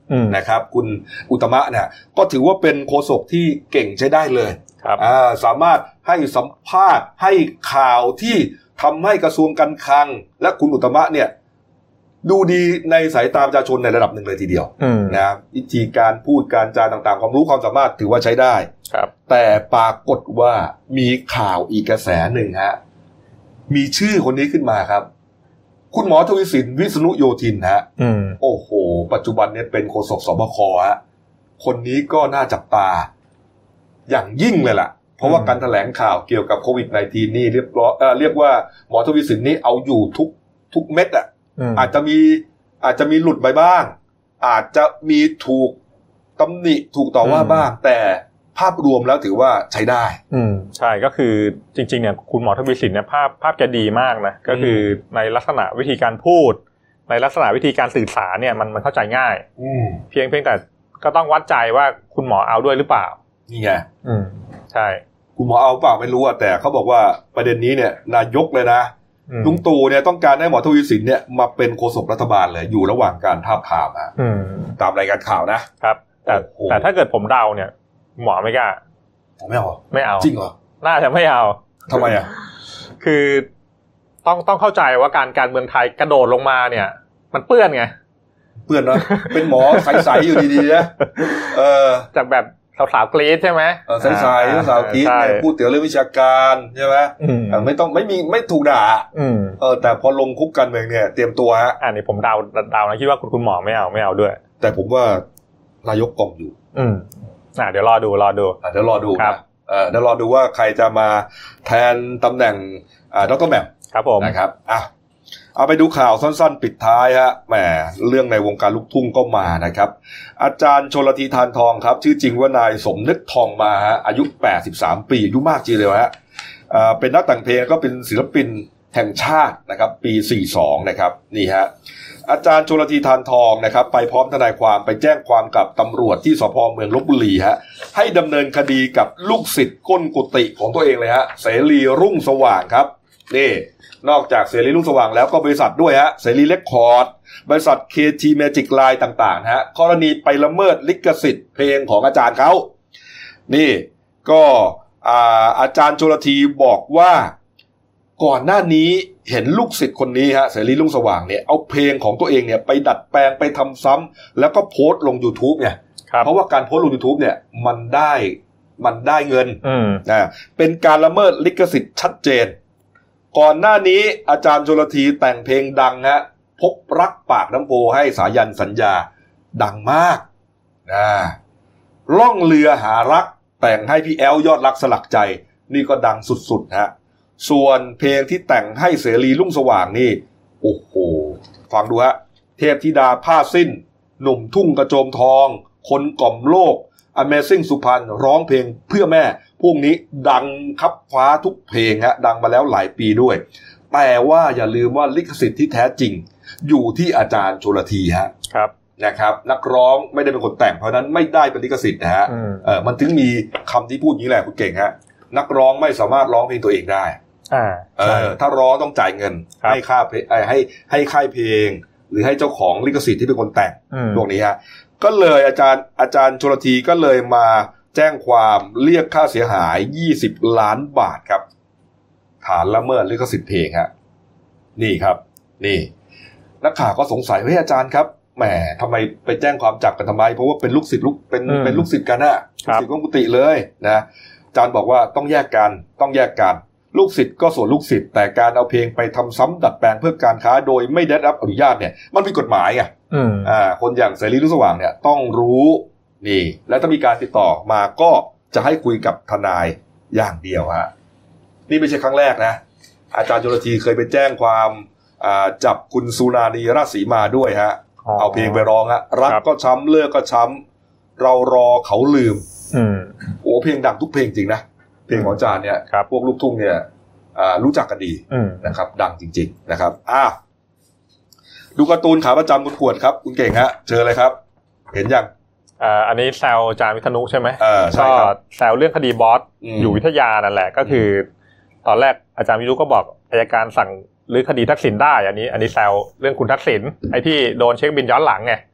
นะครับคุณอุตมะเนี่ยก็ถือว่าเป็นโฆษกที่เก่งใช้ได้เลยสามารถให้สัมภาษณ์ให้ข่าวที่ทำให้กระทรวงการคลังและคุณอุตมะเนี่ยดูดีในสายตาประชาชนในระดับหนึ่งเลยทีเดียวนะวิธีการพูดการจาต่างๆความรู้ความสามารถถือว่าใช้ได้แต่ปรากฏว่ามีข่าวอีกกระแสหนึ่งฮะมีชื่อคนนี้ขึ้นมาครับคุณหมอทวีสินวิษณุโยธินฮะโอ้โหปัจจุบันนี้เป็นโฆษกสบคฮะคนนี้ก็น่าจับตาอย่างยิ่งเลยล่ะเพราะว่าการแถลงข่าวเกี่ยวกับโควิด -19 นี่เรียกว่าหมอทวีสินนี่เอาอยู่ทุกเม็ดอ่ะอาจจะมีหลุดไปบ้างอาจจะมีถูกตำหนิถูกต่อว่าบ้างแต่ภาพรวมแล้วถือว่าใช้ได้
ใช่ก็คือจริงๆเนี่ยคุณหมอทวีสินเนี่ยภาพแกดีมากนะก็คือในลักษณะวิธีการพูดในลักษณะวิธีการสื่อสารเนี่ยมันเข้าใจง่ายเพียงแต่ก็ต้องวัดใจว่าคุณหมอเอาด้วยหรือเปล่า
นี่ไง
ใช่
คุณหมอเอาเปล่าไม่รู้แต่เขาบอกว่าประเด็นนี้เนี่ยนายกเลยนะลุงตู่เนี่ยต้องการให้หมอทวีสินเนี่ยมาเป็นโฆษกรัฐบาลเลยอยู่ระหว่างการทาบทามตามรายการข่าวนะครับ
แต่ถ้าเกิดผมเดาเนี่ยหมอไม่กล้า
ไม่เอาจริงเหรอ
น่าจะไม่เอา
ทำไมอ่ะ
คือต้องเข้าใจว่าการเมืองไทยกระโดดลงมาเนี่ยมันเปื้อนไง
เปื้อนนะเป็นหมอใสๆอยู่ดีๆนะ
จากแบบสาวๆกรี๊ดใช่ไหม
ใสๆสาวกรี๊ดพูดเกี่ยวเรื่องวิชาการใช่ไหมไม่ถูกด่าแต่พอลงคุกการเมืองเนี่ยเตรียมตัวฮะ
นี่ผมเดานะคิดว่าคุณหมอไม่เอาด้วย
แต่ผมว่านายกกล่อมอยู่
เดี๋ยวรอดู
เดี๋ยวรอดูนะเดี๋ยวรอดูว่าใครจะมาแทนตำแหน่งดร.แหม่ม
ครับผม
นะครับเอาไปดูข่าวสั้นๆปิดท้ายฮะแหมเรื่องในวงการลูกทุ่งก็มานะครับอาจารย์ชลธีธานทองครับชื่อจริงว่านายสมนึกทองมาฮะอายุ83ปีอายุมากจริงเลยฮะเป็นนักแต่งเพลงก็เป็นศิลปินแห่งชาตินะครับปี42นะครับนี่ฮะอาจารย์ชลธีธานทองนะครับไปพร้อมทนายความไปแจ้งความกับตำรวจที่สภ.เมืองลพบุรีฮะให้ดำเนินคดีกับลูกศิษย์ก้นกุฏิของตัวเองเลยฮะเสรีรุ่งสว่างครับนี่นอกจากเสรีรุ่งสว่างแล้วก็บริษัทด้วยฮะเสรีเรคคอร์ดบริษัท KT Magic Line ต่างๆฮะกรณีไปละเมิดลิขสิทธิ์เพลงของอาจารย์เขานี่ก็อาจารย์ชลธีบอกว่าก่อนหน้านี้เห็นลูกศิษย์คนนี้ฮะเสรีรุ่งสว่างเนี่ยเอาเพลงของตัวเองเนี่ยไปดัดแปลงไปทำซ้ำแล้วก็โพสต์ลง YouTube เนี่ยเพราะว่าการโพสต์ลง YouTube เนี่ยมันได้เงินเป็นการละเมิดลิขสิทธิ์ชัดเจนก่อนหน้านี้อาจารย์ชลธีแต่งเพลงดังฮะพบรักปากน้ำโพให้สายันสัญญาดังมากล่องเรือหารักแต่งให้พี่แอลยอดรักสลักใจนี่ก็ดังสุดๆฮะส่วนเพลงที่แต่งให้เสรีรุ่งสว่างนี่โอ้โหฟังดูฮะเทพธิดาผ้าสิ้นหนุ่มทุ่งกระโจมทองคนกล่อมโลก Amazing สุพรรณร้องเพลงเพื่อแม่พวกนี้ดังคับฟ้าทุกเพลงฮะดังมาแล้วหลายปีด้วยแต่ว่าอย่าลืมว่าลิขสิทธิ์ที่แท้จริงอยู่ที่อาจารย์ชลธีฮะนะครับนักร้องไม่ได้เป็นคนแต่งเพราะนั้นไม่ได้เป็นลิขสิทธิ์นะฮะมันถึงมีคำที่พูดอย่างนี้แหละคุณเก่งฮะนักร้องไม่สามารถร้องเพลงตัวเองได้ถ้าร้องต้องจ่ายเงินให้ค่าให้ค่ายเพลงหรือให้เจ้าของลิขสิทธิ์ที่เป็นคนแต่งพวกนี้ฮะก็เลยอาจารย์ชลธีก็เลยมาแจ้งความเรียกค่าเสียหาย20 ล้านบาทครับฐานละเมิดลิขสิทธิ์เพลงฮะนี่ครับนี่นักข่าวก็สงสัยอาจารย์ครับแหมทำไมไปแจ้งความจับกันทำไมเพราะว่าเป็นลูกศิษย์เป็นลูกศิษย์กันนะลูกศิษย์ของกุฏิเลยนะอาจารย์บอกว่าต้องแยกกันลูกศิษย์ก็ส่วนลูกศิษย์แต่การเอาเพลงไปทำซ้ำดัดแปลงเพื่อการค้าโดยไม่ได้รับอนุญาตเนี่ยมันผิดกฎหมายไงคนอย่างเสรีรุ่งสว่างเนี่ยต้องรู้นี่และถ้ามีการติดต่อมาก็จะให้คุยกับทนายอย่างเดียวฮะนี่ไม่ใช่ครั้งแรกนะอาจารย์ชลธีเคยไปแจ้งความจับคุณสุนารีราชสีมาด้วยฮะเอาเพลงไปร้องฮะรักก็ช้ำเลิกก็ช้ำเรารอเขาลืมโอ้เพลงดังทุกเพลงจริงนะเพลงของอาจารย์เนี่ยพวกลูกทุ่งเนี่ยรู้จักกันดีนะครับดังจริงๆนะครับดูการ์ตูนขาประจำคุณขวดครับคุณเก่งฮะเจอเลยครับเห็นยัง
อันนี้แซวอาจารย์วิษณุใช่ไหม
ก็
แซวเรื่องคดีบอสอยู่วิทยานั่นแหละก็คือตอนแรกอาจารย์วิษณุก็บอกอัยการสั่งรื้อคดีทักษิณได้อันนี้แซวเรื่องคุณทักษิณไอ้ที่โดนเช็คบินย้อนหลังไง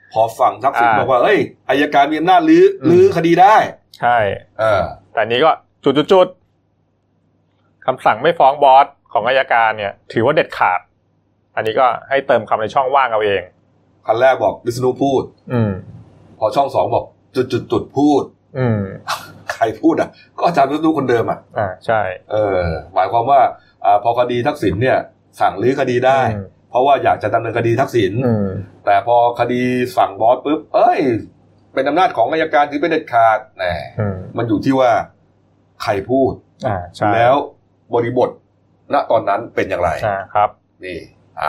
พอฝั่งทักษิณบอกว่าเอ้ยอัยการมีอำนาจลื้อคดีได้
ใช่แต่นี้ก็จุดคำสั่งไม่ฟ้องบอสของอัยการเนี่ยถือว่าเด็ดขาดอันนี้ก็ให้เติมคำในช่องว่างเอาเอง
คันแรกบอกวิษณุพูดพอช่องสองบอกจุดพูดใครพูดอ่ะก็อาจารย์วิษณุคนเดิมอ่ะ
ใช่
หมายความว่าพอคดีทักษิณเนี่ยสั่งลื้อคดีได้เพราะว่าอยากจะดำเนินคดีทักษิณแต่พอคดีฝั่งบอสปุ๊บเป็นอำนาจของอัยการถือเป็นเด็ดขาดแหมมันอยู่ที่ว่าใครพูดแล้วบริบทณตอนนั้นเป็นอย่างไร
ครับ
นี่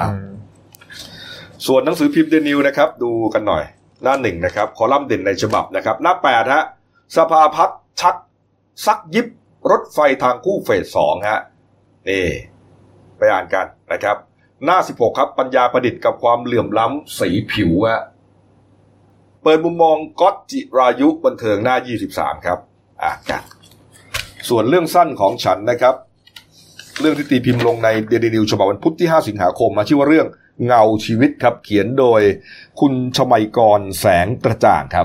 ส่วนหนังสือพิมพ์เดนิวนะครับดูกันหน่อยหน้า1นะครับคอลัมน์เด่นในฉบับนะครับหน้า8ฮะสภาพัฒน์ชักซักยิบรถไฟทางคู่เฟส2ฮะนี่ไปอ่านกันนะครับหน้า16ครับปัญญาประดิษฐ์กับความเหลื่อมล้ำสีผิวฮะเปิดมุมมองก๊อตจิรายุบันเทิงหน้า23ครับอ่านกันส่วนเรื่องสั้นของฉันนะครับเรื่องที่ตีพิมพ์ลงในเดลินิวฉบับวันพุธที่5สิงหาคมมาชื่อว่าเรื่องเงาชีวิตครับเขียนโดยคุณชมัยกรแสงกระจ่างครับ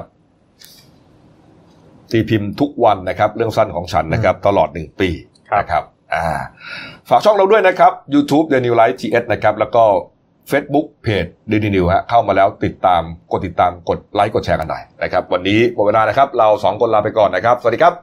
ตีพิมพ์ทุกวันนะครับเรื่องสั้นของฉันนะครับตลอด1ปีนะครับฝากช่องเราด้วยนะครับ YouTube The New Life TS นะครับแล้วก็ Facebook Page The New ฮะเข้ามาแล้วกดติดตามกดไลค์กดแชร์กันหน่อยนะครับวันนี้หมดเวลานะครับเรา2คนลาไปก่อนนะครับสวัสดีครับ